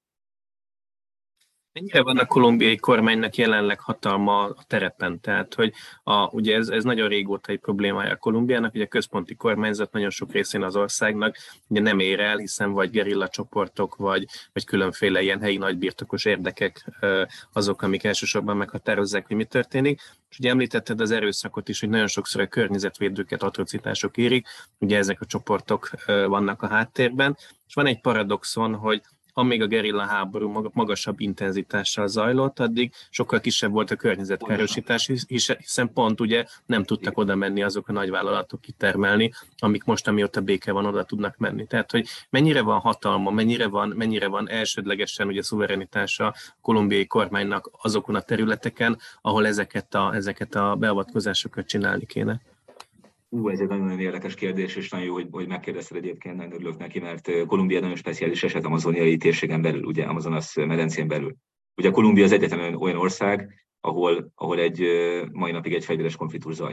Mennyire van a kolumbiai kormánynak jelenleg hatalma a terepen? Tehát, hogy ugye ez nagyon régóta egy problémája a Kolumbiának, hogy a központi kormányzat nagyon sok részén az országnak ugye nem ér el, hiszen vagy gerilla csoportok, vagy különféle ilyen helyi nagybirtokos érdekek azok, amik elsősorban meghatározzák, hogy mi történik. És ugye említetted az erőszakot is, hogy nagyon sokszor a környezetvédőket atrocitások érik, ugye ezek a csoportok vannak a háttérben, és van egy paradoxon, hogy amíg a gerilla háború magasabb intenzitással zajlott, addig sokkal kisebb volt a környezetkárosítás, hiszen pont ugye nem tudtak oda menni azok a nagyvállalatok kitermelni, amik most, amióta béke van, oda tudnak menni. Tehát, hogy mennyire van hatalma, mennyire van elsődlegesen ugye szuverenitása a kolumbiai kormánynak azokon a területeken, ahol ezeket a beavatkozásokat csinálni kéne. Ez egy nagyon érdekes kérdés, és nagyon jó, hogy megkérdezted egyébként, nagyon örülök neki, mert Kolumbia nagyon speciális eset amazoniai térségen belül, ugye Amazonas medencén belül. Ugye Kolumbia az egyetlen olyan ország, ahol egy mai napig egy fegyveres konfliktus zajlik.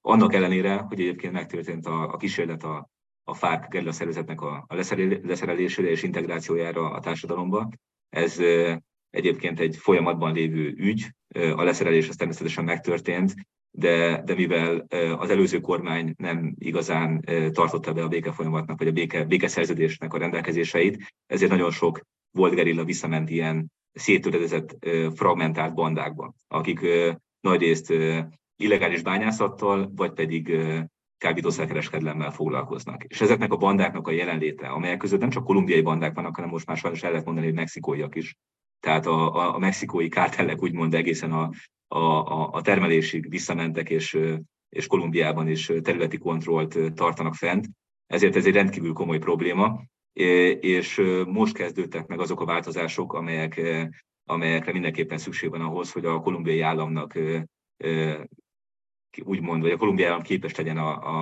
Annak ellenére, hogy egyébként megtörtént a kísérlet a FARC gerilla szervezetnek a leszerelésére és integrációjára a társadalomba. Ez egyébként egy folyamatban lévő ügy, a leszerelés az természetesen megtörtént, de mivel az előző kormány nem igazán tartotta be a békefolyamatnak, vagy a békeszerződésnek a rendelkezéseit, ezért nagyon sok volt gerilla visszament ilyen széttöredezett, fragmentált bandákba, akik nagyrészt illegális bányászattal, vagy pedig kábítószerkereskedelemmel foglalkoznak. És ezeknek a bandáknak a jelenléte, amelyek között nem csak kolumbiai bandák vannak, hanem most már sajnos el lehet mondani, hogy mexikóiak is. Tehát a mexikói kártellek úgymond egészen a termelésig visszamentek, és Kolumbiában is területi kontrollt tartanak fent. Ezért ez egy rendkívül komoly probléma, és most kezdődtek meg azok a változások, amelyekre mindenképpen szükség van ahhoz, hogy a kolumbiai államnak úgymond, vagy a kolumbiai állam képes legyen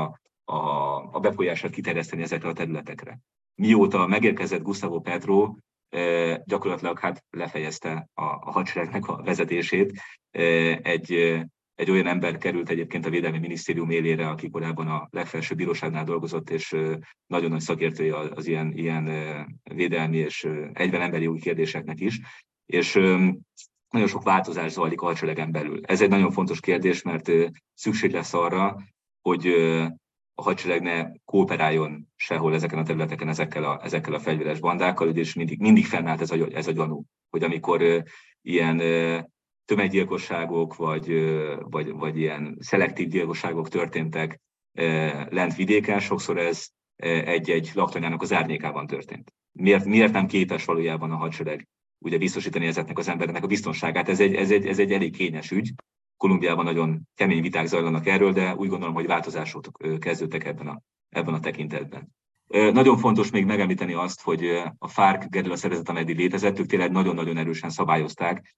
a befolyását kiterjeszteni ezekre a területekre. Mióta megérkezett Gustavo Petro, gyakorlatilag lefejezte a hadseregnek a vezetését. Egy olyan ember került egyébként a Védelmi Minisztérium élére, aki korábban a legfelsőbb bíróságnál dolgozott, és nagyon nagy szakértője az ilyen védelmi és egyben emberi jogi kérdéseknek is. És nagyon sok változás zajlik a hadseregen belül. Ez egy nagyon fontos kérdés, mert szükség lesz arra, hogy a hadsereg ne kooperáljon sehol ezeken a területeken ezekkel a fegyveres bandákkal, és mindig fennállt ez a gyanú, hogy amikor ilyen tömeggyilkosságok vagy ilyen szelektív gyilkosságok történtek lent vidéken, sokszor ez egy laktanyának az árnyékában történt. Miért nem képes valójában a hadsereg ugye biztosítani ezeknek az embereknek a biztonságát? Ez egy elég kényes ügy. Kolumbiában nagyon kemény viták zajlanak erről, de úgy gondolom, hogy változások kezdődtek ebben a tekintetben. Nagyon fontos még megemlíteni azt, hogy a FARC gerilla szervezet, amely eddig létezett, ők tényleg nagyon-nagyon erősen szabályozták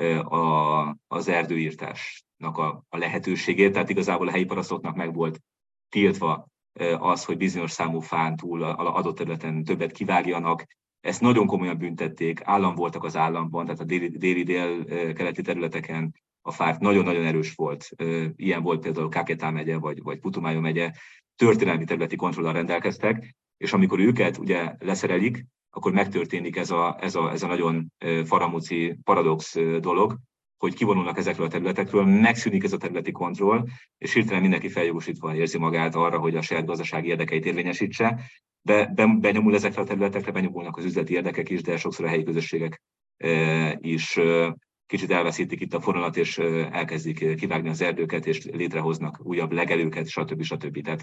az erdőírtásnak a lehetőségét, tehát igazából a helyi parasztoknak meg volt tiltva az, hogy bizonyos számú fán túl adott területen többet kivágjanak. Ezt nagyon komolyan büntették, állam voltak az államban, tehát a déli-dél-keleti területeken a FARC nagyon-nagyon erős volt. Ilyen volt például Caquetá megye, vagy Putumayo megye, történelmi területi kontrollal rendelkeztek, és amikor őket ugye leszerelik, akkor megtörténik ez a nagyon faramúci paradox dolog, hogy kivonulnak ezekről a területekről, megszűnik ez a területi kontroll, és hirtelen mindenki feljogosítva érzi magát arra, hogy a saját gazdasági érdekeit érvényesítse. Benyomul ezekre a területekre, benyomulnak az üzleti érdekek is, de sokszor a helyi közösségek is kicsit elveszítik itt a fonalat, és elkezdik kivágni az erdőket, és létrehoznak újabb legelőket, stb. Tehát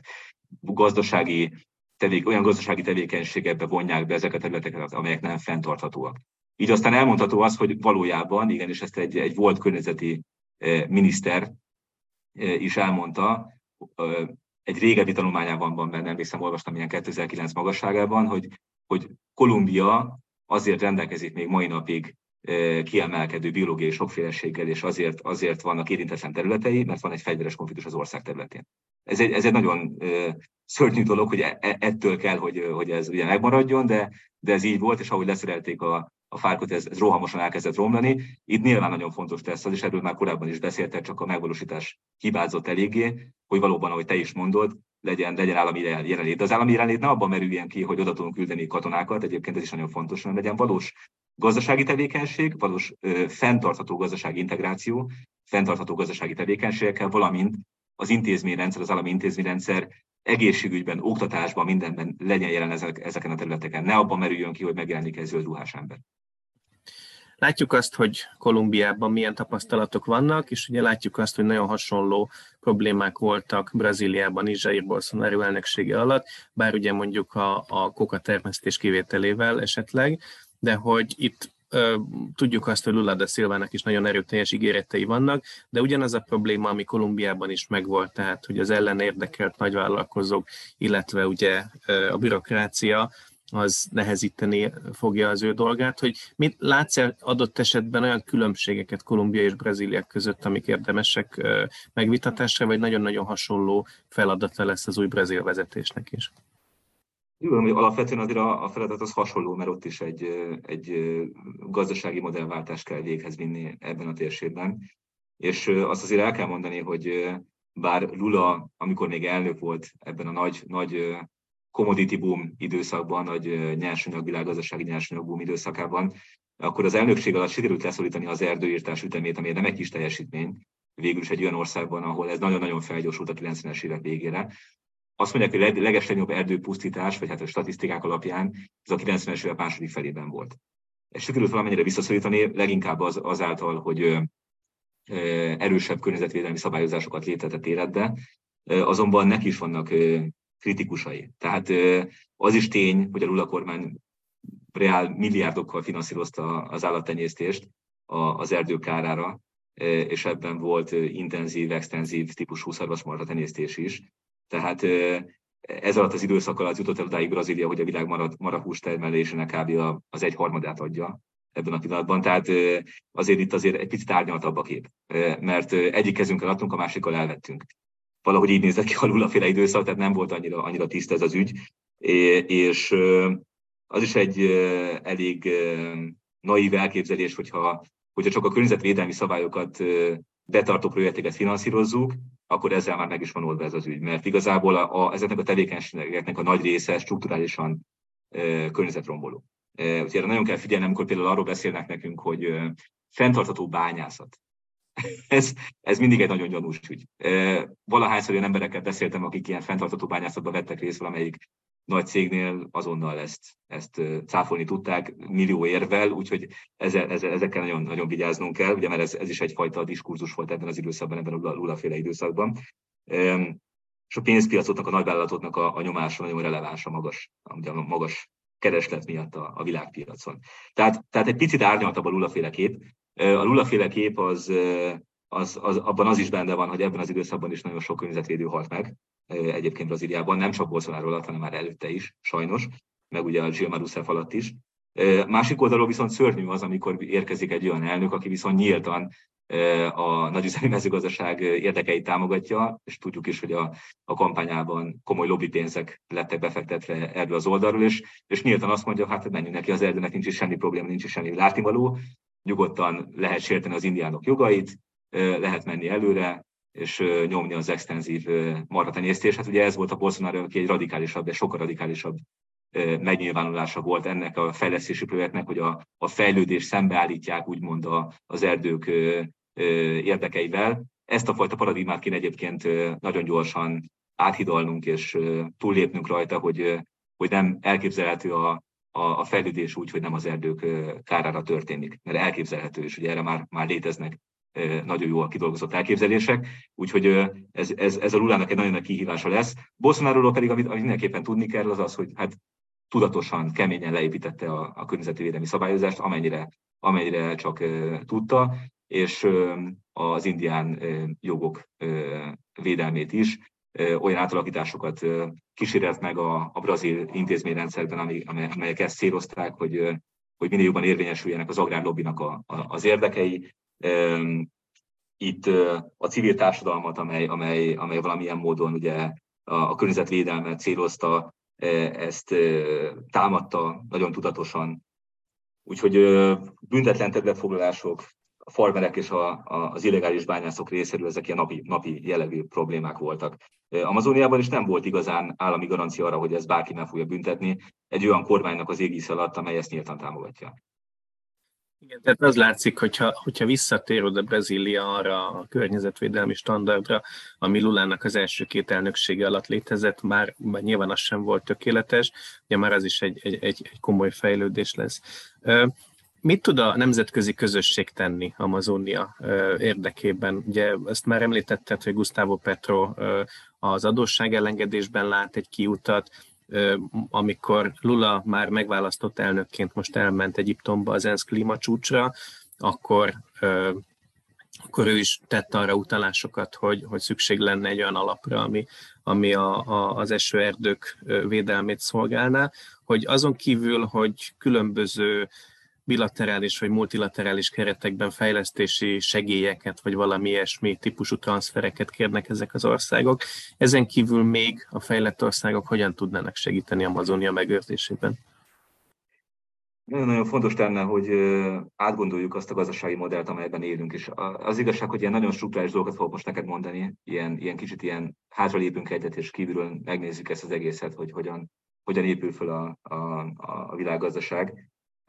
olyan gazdasági tevékenységekbe vonják be ezeket a területeket, amelyek nem fenntarthatóak. Így aztán elmondható az, hogy valójában, igenis ezt egy volt környezeti miniszter is elmondta, egy régebbi tanulmányában van benne, emlékszem, olvastam ilyen 2009 magasságában, hogy Kolumbia azért rendelkezik még mai napig kiemelkedő biológiai sokféleséggel, és azért vannak érintetlen területei, mert van egy fegyveres konfliktus az ország területén. Ez egy nagyon szörnyű dolog, hogy ettől kell, hogy ez ugye megmaradjon, de ez így volt, és ahogy leszerelték a FARC-ot, ez rohamosan elkezdett romlani. Itt nyilván nagyon fontos lesz az, és erről már korábban is beszéltek, csak a megvalósítás hibázott eléggé, hogy valóban, ahogy te is mondod, legyen állami jelenlét. De az állami jelenlét ne abban merüljen ki, hogy oda tudunk küldeni katonákat, egyébként ez is nagyon fontos, hanem legyen valós gazdasági tevékenység, valós fenntartható gazdasági integráció, fenntartható gazdasági tevékenységekkel, valamint az intézményrendszer, az állami intézményrendszer egészségügyben, oktatásban, mindenben legyen jelen ezeken a területeken. Ne abban merüljön ki, hogy megjelenik egy zöld ruhás ember. Látjuk azt, hogy Kolumbiában milyen tapasztalatok vannak, és ugye látjuk azt, hogy nagyon hasonló problémák voltak Brazíliában is Jair Bolsonaro elnöksége alatt, bár ugye mondjuk a koka termesztés kivételével esetleg, de hogy itt tudjuk azt, hogy Lula da Silvának is nagyon erőteljes ígéretei vannak, de ugyanaz a probléma, ami Kolumbiában is megvolt, tehát hogy az ellen érdekelt nagyvállalkozók, illetve ugye a bürokrácia, az nehezíteni fogja az ő dolgát, hogy látsz adott esetben olyan különbségeket Kolumbia és Brazília között, amik érdemesek megvitatásra, vagy nagyon-nagyon hasonló feladata lesz az új brazil vezetésnek is? Tudom, hogy alapvetően azért a feladat az hasonló, mert ott is egy gazdasági modellváltást kell véghez vinni ebben a térségben. És azt azért el kell mondani, hogy bár Lula, amikor még elnök volt ebben a nagy commodity boom időszakban, nagy világgazdasági nyersanyag boom időszakában, akkor az elnökség alatt sikerült leszorítani az erdőírtás ütemét, ami nem egy kis teljesítmény, végül is egy olyan országban, ahol ez nagyon-nagyon felgyorsult a 90-es évek végére. Azt mondják, hogy a legeslegnagyobb erdőpusztítás, vagy hát a statisztikák alapján ez a 90-es évek második felében volt. És sikerült valamennyire visszaszorítani, leginkább azáltal, hogy erősebb környezetvédelmi szabályozásokat léptetett életbe, azonban neki is vannak kritikusai. Tehát az is tény, hogy a Lula kormány reál milliárdokkal finanszírozta az állattenyésztést az erdők kárára, és ebben volt intenzív, extenzív típusú szarvasmarha tenyésztés is. Tehát ez alatt az időszak alatt jutott el odáig Brazília, hogy a világ marahús termelésének kb. Az 1/3 adja ebben a pillanatban. Tehát azért itt egy picit árnyaltabb a kép, mert egyik kezünkkel adtunk, a másikkal elvettünk. Valahogy így nézett ki a Lula-féle időszak, tehát nem volt annyira tiszta ez az ügy, és az is egy elég naív elképzelés, hogyha csak a környezetvédelmi szabályokat betartó projekteket finanszírozzuk, akkor ezzel már meg is van oldva ez az ügy. Mert igazából ezeknek a tevékenységeknek a nagy része strukturálisan környezetromboló. Úgyhogy erre nagyon kell figyelni, amikor például arról beszélnek nekünk, hogy fenntartható bányászat. Ez mindig egy nagyon gyanús ügy. Valahányszor olyan emberekkel beszéltem, akik ilyen fenntartható bányászatban vettek részt valamelyik nagy cégnél, azonnal ezt cáfolni tudták millió érvel, úgyhogy ezekkel nagyon, nagyon vigyáznunk kell, ugye, mert ez is egyfajta diskurzus volt ebben az időszakban, ebben a Lula-féle időszakban. És a pénzpiacoknak, a nagyvállalatoknak a nyomása nagyon releváns a magas kereslet miatt a világpiacon. Tehát egy picit árnyaltabb a Lula-féle kép. A Lula-féle kép abban az is benne van, hogy ebben az időszakban is nagyon sok környezetvédő halt meg, egyébként Brazíliában, nem csak Bolsonaro alatt, hanem már előtte is, sajnos, meg ugye a Dilma Rousseff alatt is. Másik oldalról viszont szörnyű az, amikor érkezik egy olyan elnök, aki viszont nyíltan a nagyüzemi mezőgazdaság érdekeit támogatja, és tudjuk is, hogy a kampányában komoly lobbypénzek lettek befektetve erről az oldalról, és nyíltan azt mondja, hát menjünk neki, az erdőnek nincs is semmi probléma, nincs is semmi látnivaló, nyugodtan lehet sérteni az indiánok jogait, lehet menni előre, és nyomni az extenzív marhatenyésztést. Hát ugye ez volt a Bolsonaro, aki egy radikálisabb, de sokkal radikálisabb megnyilvánulása volt ennek a fejlesztési projektnek, hogy a fejlődést szembeállítják úgymond az erdők érdekeivel. Ezt a fajta paradigmát kéne egyébként nagyon gyorsan áthidalnunk és túllépnünk rajta, hogy nem elképzelhető a fejlődés úgy, hogy nem az erdők kárára történik. Mert elképzelhető, és ugye erre már léteznek nagyon jól kidolgozott elképzelések, úgyhogy ez a Lulának egy nagyon nagy kihívása lesz. Bolsonaróról pedig, amit mindenképpen tudni kell, az, hogy hát tudatosan, keményen leépítette a környezetvédelmi szabályozást, amennyire csak tudta, és az indián jogok védelmét is, olyan átalakításokat kísérelt meg a brazil intézményrendszerben, amelyek ezt célozták, hogy minél jobban érvényesüljenek az agrárlobbinak az érdekei. Itt a civil társadalmat, amely valamilyen módon ugye a környezetvédelmet célozta, ezt támadta nagyon tudatosan. Úgyhogy büntetlen területfoglalások, a farmerek és az illegális bányászok részéről ezek ilyen napi jellegű problémák voltak. Amazóniában is nem volt igazán állami garancia arra, hogy ezt bárki meg fogja büntetni egy olyan kormánynak az égisze alatt, amely ezt nyíltan támogatja. Igen, tehát az látszik, hogyha visszatér oda Brazília arra a környezetvédelmi standardra, ami Lulának az első 2 elnöksége alatt létezett, már nyilván az sem volt tökéletes, ugye már az is egy komoly fejlődés lesz. Mit tud a nemzetközi közösség tenni Amazónia érdekében? Ugye ezt már említetted, hogy Gustavo Petro az adósságelengedésben lát egy kiutat, amikor Lula már megválasztott elnökként most elment Egyiptomba az ENSZ klímacsúcsra, akkor ő is tett arra utalásokat, hogy szükség lenne egy olyan alapra, ami az esőerdők védelmét szolgálná, hogy azon kívül, hogy különböző bilaterális vagy multilaterális keretekben fejlesztési segélyeket, vagy valami ilyesmi típusú transfereket kérnek ezek az országok. Ezen kívül még a fejlett országok hogyan tudnának segíteni Amazónia megőrzésében? nagyon-nagyon fontos lenne, hogy átgondoljuk azt a gazdasági modellt, amelyben élünk. És az igazság, hogy ilyen nagyon strukturális dolgokat fogok most neked mondani, ilyen kicsit ilyen hátralépünk egyet, és kívülről megnézzük ezt az egészet, hogy hogyan épül föl a világgazdaság.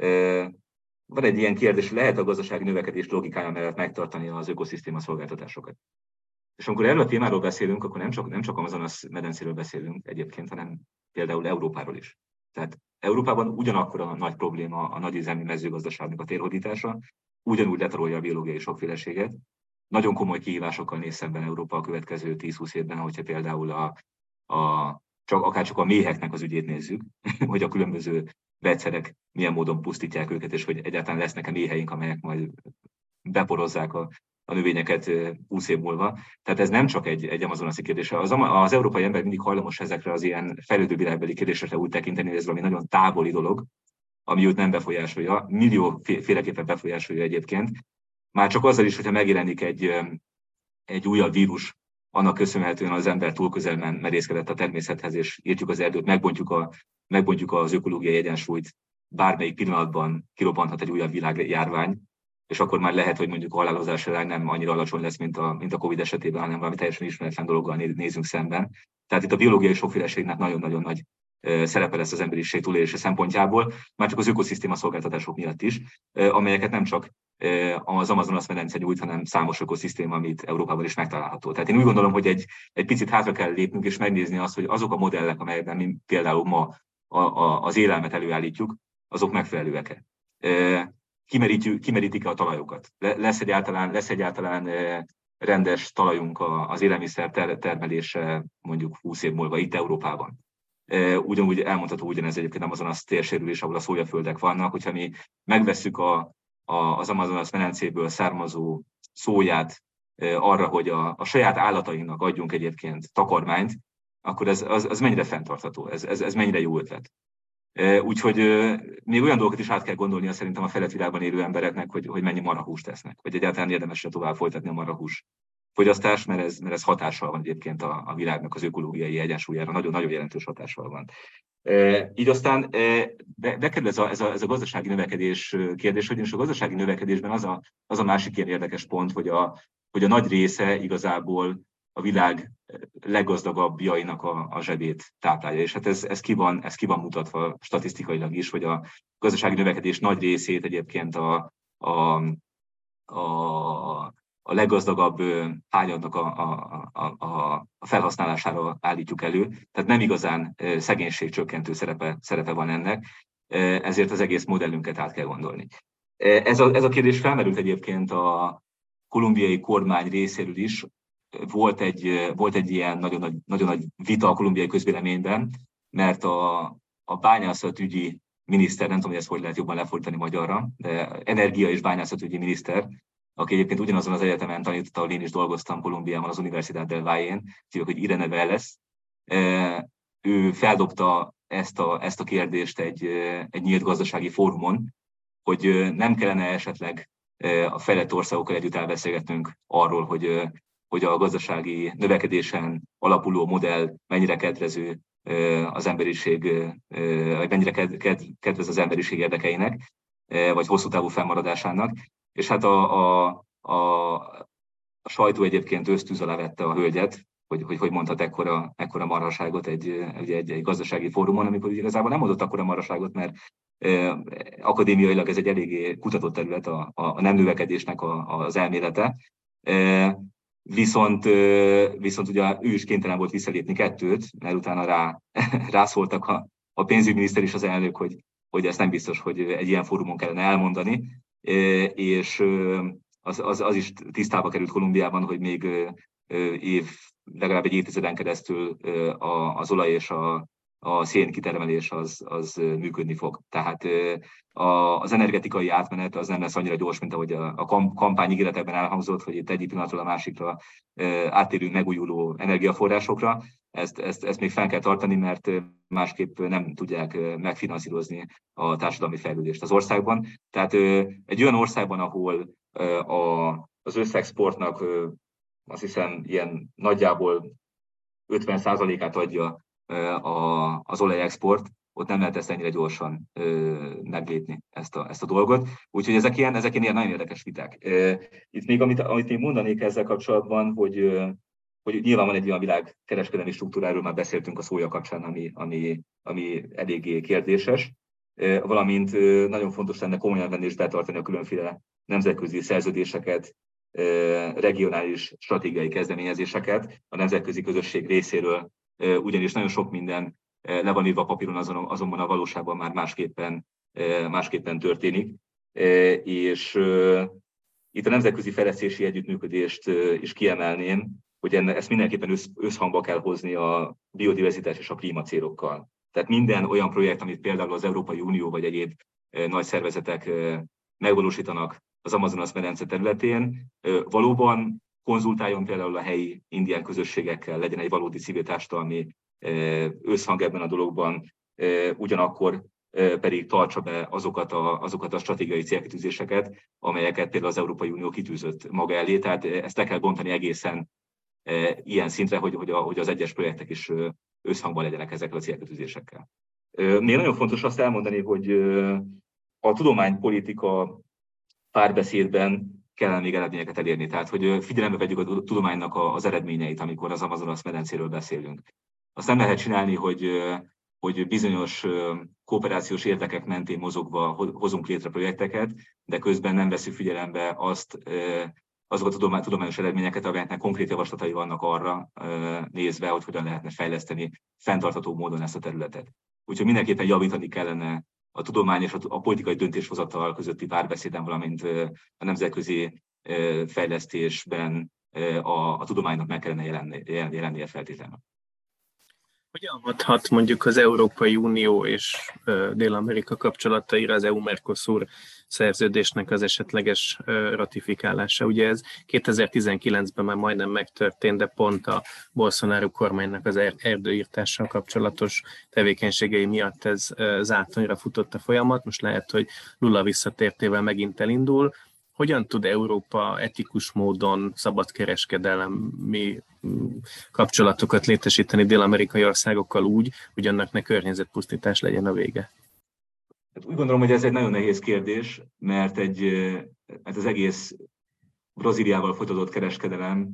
Van egy ilyen kérdés, lehet a gazdasági növekedés logikája mellett megtartani az ökoszisztéma szolgáltatásokat. És amikor erről a témáról beszélünk, akkor nem csak Amazonas medencéről beszélünk egyébként, hanem például Európáról is. Tehát Európában ugyanakkor a nagy probléma a nagyüzemi mezőgazdaságnak a térhódítása, ugyanúgy letarolja a biológiai sokféleséget. Nagyon komoly kihívásokkal néz szemben Európa a következő 10-20 évben, hogyha például akár csak a méheknek az ügyét nézzük, hogy a különböző vegyszerek milyen módon pusztítják őket, és hogy egyáltalán lesznek-e méheink, amelyek majd beporozzák a növényeket 20 év múlva. Tehát ez nem csak egy amazonasi kérdése. Az európai ember mindig hajlamos ezekre az ilyen fejlődő világbeli kérdésekre úgy tekinteni, hogy ez valami nagyon távoli dolog, ami őt nem befolyásolja, millióféleképpen befolyásolja egyébként. Már csak azzal is, hogyha megjelenik egy újabb vírus, annak köszönhetően az ember túl közel merészkedett a természethez, és írtjuk az erdőt, megbontjuk az ökológiai egyensúlyt, bármelyik pillanatban kirobbanthat egy újabb világjárvány, és akkor már lehet, hogy mondjuk a halálozási arány nem annyira alacsony lesz, mint a Covid esetében, hanem valami teljesen ismeretlen dologgal nézünk szemben. Tehát itt a biológiai sokféleségnek nagyon-nagyon nagy szerepe lesz az emberiség túlélése szempontjából, már csak az ökoszisztéma szolgáltatások miatt is, amelyeket nem csak az Amazonas medence nyújt, hanem számos ökoszisztéma, amit Európában is megtalálható. Tehát én úgy gondolom, hogy egy picit hátra kell lépnünk, és megnézni azt, hogy azok a modellek, amelyekben mi például ma az élelmet előállítjuk, azok megfelelőek-e. Kimerítik-e a talajokat? Lesz egyáltalán rendes talajunk az élelmiszer termelésre mondjuk 20 év múlva itt Európában? Ugyanúgy elmondható ugyanez egyébként Amazonas térségről is, ahol a szójaföldek vannak, hogyha mi megvesszük az Amazonas medencéből származó szóját arra, hogy a saját állatainknak adjunk egyébként takarmányt, akkor az mennyire fenntartható, ez mennyire jó ötlet. Úgyhogy még olyan dolgokat is át kell gondolnia szerintem a fejlett világban élő embereknek, hogy mennyi marhahúst tesznek, vagy egyáltalán érdemes tovább folytatni a marhahús fogyasztást, mert ez hatással van egyébként a világnak az ökológiai egyensúlyára, nagyon-nagyon jelentős hatással van. Így aztán bekerül ez a gazdasági növekedés kérdés, ugyanis a gazdasági növekedésben az a másik ilyen érdekes pont, hogy a nagy része igazából a világ leggazdagabbjainak a zsebét táplálja. És hát ez ki van mutatva statisztikailag is, hogy a gazdasági növekedés nagy részét egyébként a leggazdagabb hányadnak a felhasználására állítjuk elő. Tehát nem igazán szegénységcsökkentő szerepe van ennek, ezért az egész modellünket át kell gondolni. Ez a kérdés felmerült egyébként a kolumbiai kormány részéről is. Volt egy ilyen nagyon nagy vita a kolumbiai közvéleményben, mert a bányászatügyi miniszter, nem tudom, hogy ezt hogy lehet jobban lefordítani magyarra, de energia- és bányászatügyi miniszter, aki egyébként ugyanazon az egyetemen tanította, ahol én is dolgoztam Kolumbiában, az Universidad del Valle-n, hogy Irene Vélez. Ő feldobta ezt a kérdést egy nyílt gazdasági fórumon, hogy nem kellene esetleg a fejlett országokkal együtt elbeszélgetnünk arról, hogy a gazdasági növekedésen alapuló modell mennyire kedvező az emberiség, vagy mennyire kedvez az emberiség érdekeinek, vagy hosszú távú fennmaradásának. És hát a sajtó egyébként ösztűz alá vette a hölgyet, hogy mondhat ekkora marhaságot egy gazdasági fórumon, amikor igazából nem mondott akkora marhaságot, mert akadémiailag ez egy eléggé kutatott terület a nem növekedésnek az elmélete. Viszont ugye ő is kénytelen volt visszalépni 2-t, mert utána rászóltak a pénzügyminiszter és az elnök, hogy ezt nem biztos, hogy egy ilyen fórumon kellene elmondani, és az is tisztába került Kolumbiában, hogy még legalább egy évtizeden keresztül az olaj és a szén kitermelés az működni fog. Tehát az energetikai átmenet az nem lesz annyira gyors, mint ahogy a kampány ígéretekben elhangzott, hogy itt egyik pillanatról a másikra áttérünk megújuló energiaforrásokra. Ezt még fel kell tartani, mert másképp nem tudják megfinanszírozni a társadalmi fejlődést az országban. Tehát egy olyan országban, ahol az összexportnak azt hiszem ilyen nagyjából 50%-át adja az olajexport, ott nem lehet ezt ennyire gyorsan meglépni ezt a dolgot. Úgyhogy ezek ilyen nagyon érdekes viták. Itt még amit én mondanék ezzel kapcsolatban, hogy nyilván van egy olyan világkereskedelmi struktúráról, már beszéltünk a szója kapcsán, ami eléggé kérdéses, valamint nagyon fontos lenne komolyan venni és betartani a különféle nemzetközi szerződéseket, regionális stratégiai kezdeményezéseket a nemzetközi közösség részéről, ugyanis nagyon sok minden le van írva papíron, azonban a valóságban már másképpen történik. És itt a nemzetközi fejlesztési együttműködést is kiemelném, hogy ezt mindenképpen összhangba kell hozni a biodiverzitás és a klímacélokkal. Tehát minden olyan projekt, amit például az Európai Unió vagy egyéb nagy szervezetek megvalósítanak az Amazonas-medence területén, valóban konzultáljon például a helyi indián közösségekkel, legyen egy valódi civil társadalmi összhang ebben a dologban, ugyanakkor pedig tartsa be azokat a stratégiai célkitűzéseket, amelyeket például az Európai Unió kitűzött maga elé. Tehát ezt le kell bontani egészen ilyen szintre, hogy az egyes projektek is összhangban legyenek ezekkel a célkitűzésekkel. Még nagyon fontos azt elmondani, hogy a tudománypolitika párbeszédben kellene még eredményeket elérni. Tehát, hogy figyelembe vegyük a tudománynak az eredményeit, amikor az Amazonas-medencéről beszélünk. Azt nem lehet csinálni, hogy bizonyos kooperációs érdekek mentén mozogva hozunk létre projekteket, de közben nem veszünk figyelembe azokat a tudományos eredményeket, amelyeknek konkrét javaslatai vannak arra nézve, hogy hogyan lehetne fejleszteni fenntartható módon ezt a területet. Úgyhogy mindenképpen javítani kellene a tudomány és a politikai döntéshozatal közötti párbeszéden, valamint a nemzetközi fejlesztésben a tudománynak meg kellene jelennie feltétlenül. Hogyan hathat mondjuk az Európai Unió és Dél-Amerika kapcsolataira az EU-Mercosur szerződésnek az esetleges ratifikálása? Ugye ez 2019-ben már majdnem megtörtént, de pont a Bolsonaro kormánynak az erdőirtással kapcsolatos tevékenységei miatt ez zátonyra futott a folyamat. Most lehet, hogy Lula visszatértével megint elindul. Hogyan tud Európa etikus módon szabadkereskedelmi kapcsolatokat létesíteni dél-amerikai országokkal úgy, hogy annak ne környezetpusztítás legyen a vége? Úgy gondolom, hogy ez egy nagyon nehéz kérdés, mert az egész Brazíliával folytatott kereskedelem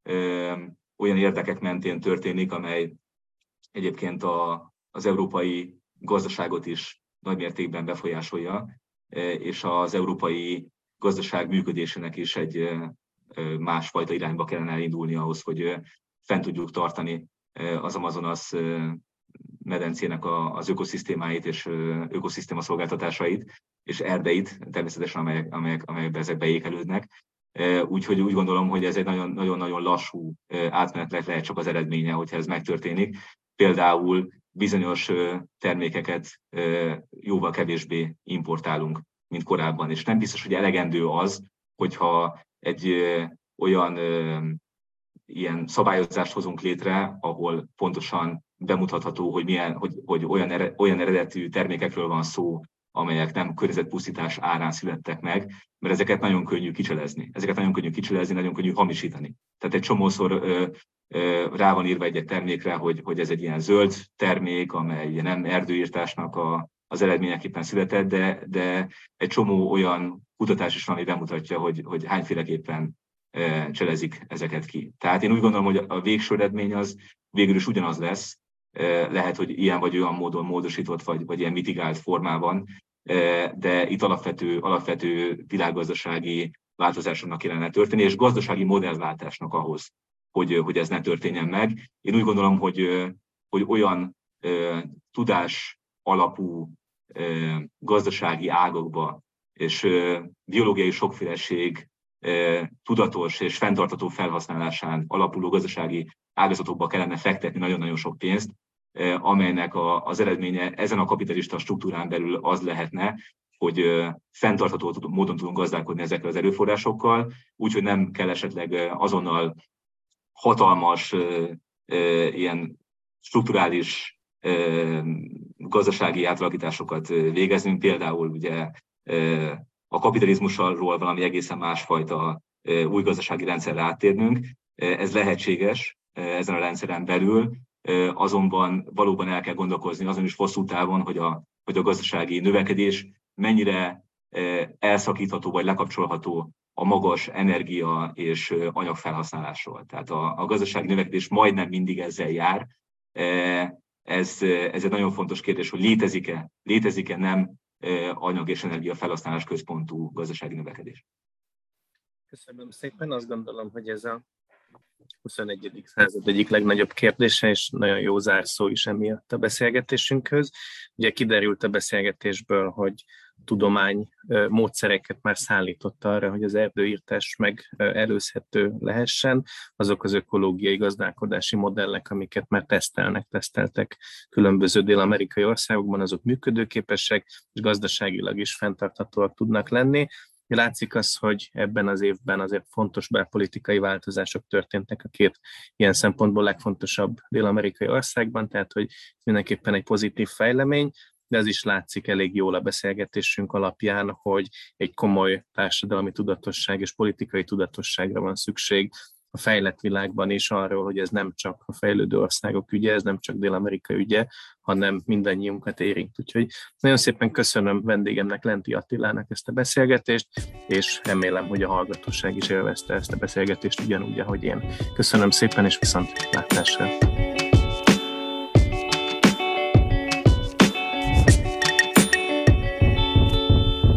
olyan érdekek mentén történik, amely egyébként az európai gazdaságot is nagymértékben befolyásolja, és az európai gazdaság működésének is egy másfajta irányba kellene elindulni ahhoz, hogy fent tudjuk tartani az Amazonas medencének az ökoszisztémáit és ökoszisztéma szolgáltatásait, és erdeit természetesen, amelyekbe ezek beékelődnek. Úgyhogy úgy gondolom, hogy ez egy nagyon-nagyon lassú átmenetnek lehet csak az eredménye, hogyha ez megtörténik. Például bizonyos termékeket jóval kevésbé importálunk, mint korábban. És nem biztos, hogy elegendő az, hogyha egy olyan ilyen szabályozást hozunk létre, ahol pontosan bemutatható, hogy olyan eredetű termékekről van szó, amelyek nem környezetpusztítás árán születtek meg, mert ezeket nagyon könnyű kicselezni. Nagyon könnyű hamisítani. Tehát egy csomószor rá van írva egy termékre, hogy ez egy ilyen zöld termék, amely nem erdőirtásnak az eredményeképpen született, de egy csomó olyan kutatás is van, ami bemutatja, hogy hányféleképpen cselezik ezeket ki. Tehát én úgy gondolom, hogy a végső eredmény az végül is ugyanaz lesz, lehet, hogy ilyen vagy olyan módon módosított, vagy ilyen mitigált formában, de itt alapvető világgazdasági változásoknak kellene történni, és gazdasági modellváltásnak ahhoz, hogy ez ne történjen meg. Én úgy gondolom, hogy olyan tudás alapú gazdasági ágakba és biológiai sokféleség tudatos és fenntartható felhasználásán alapuló gazdasági ágazatokba kellene fektetni nagyon-nagyon sok pénzt, amelynek az eredménye ezen a kapitalista struktúrán belül az lehetne, hogy fenntartható módon tudunk gazdálkodni ezekkel az erőforrásokkal, úgyhogy nem kell esetleg azonnal hatalmas ilyen strukturális gazdasági átalakításokat végeznünk, például ugye a kapitalizmusról valami egészen másfajta új gazdasági rendszerre áttérnünk. Ez lehetséges ezen a rendszeren belül, azonban valóban el kell gondolkozni azon is hosszú távon, hogy a gazdasági növekedés mennyire elszakítható vagy lekapcsolható a magas energia és anyagfelhasználásról. Tehát a gazdasági növekedés majdnem mindig ezzel jár. Ez egy nagyon fontos kérdés, hogy létezik-e nem anyag és energia felhasználás központú gazdasági növekedés. Köszönöm szépen, azt gondolom, hogy ez a 21. század egyik legnagyobb kérdése, és nagyon jó zárszó is emiatt a beszélgetésünkhöz. Ugye kiderült a beszélgetésből, hogy tudomány módszereket már szállított arra, hogy az erdőirtás megelőzhető lehessen. Azok az ökológiai gazdálkodási modellek, amiket már teszteltek különböző dél-amerikai országokban, azok működőképesek, és gazdaságilag is fenntarthatóak tudnak lenni. Látszik az, hogy ebben az évben azért fontos belpolitikai változások történtek a két ilyen szempontból legfontosabb dél-amerikai országban, tehát hogy mindenképpen egy pozitív fejlemény, de az is látszik elég jól a beszélgetésünk alapján, hogy egy komoly társadalmi tudatosság és politikai tudatosságra van szükség a fejlett világban is arról, hogy ez nem csak a fejlődő országok ügye, ez nem csak Dél-Amerika ügye, hanem mindannyiunkat érint. Úgyhogy nagyon szépen köszönöm vendégemnek, Lenti Attilának ezt a beszélgetést, és remélem, hogy a hallgatóság is élvezte ezt a beszélgetést ugyanúgy, ahogy én. Köszönöm szépen, és viszontlátásra!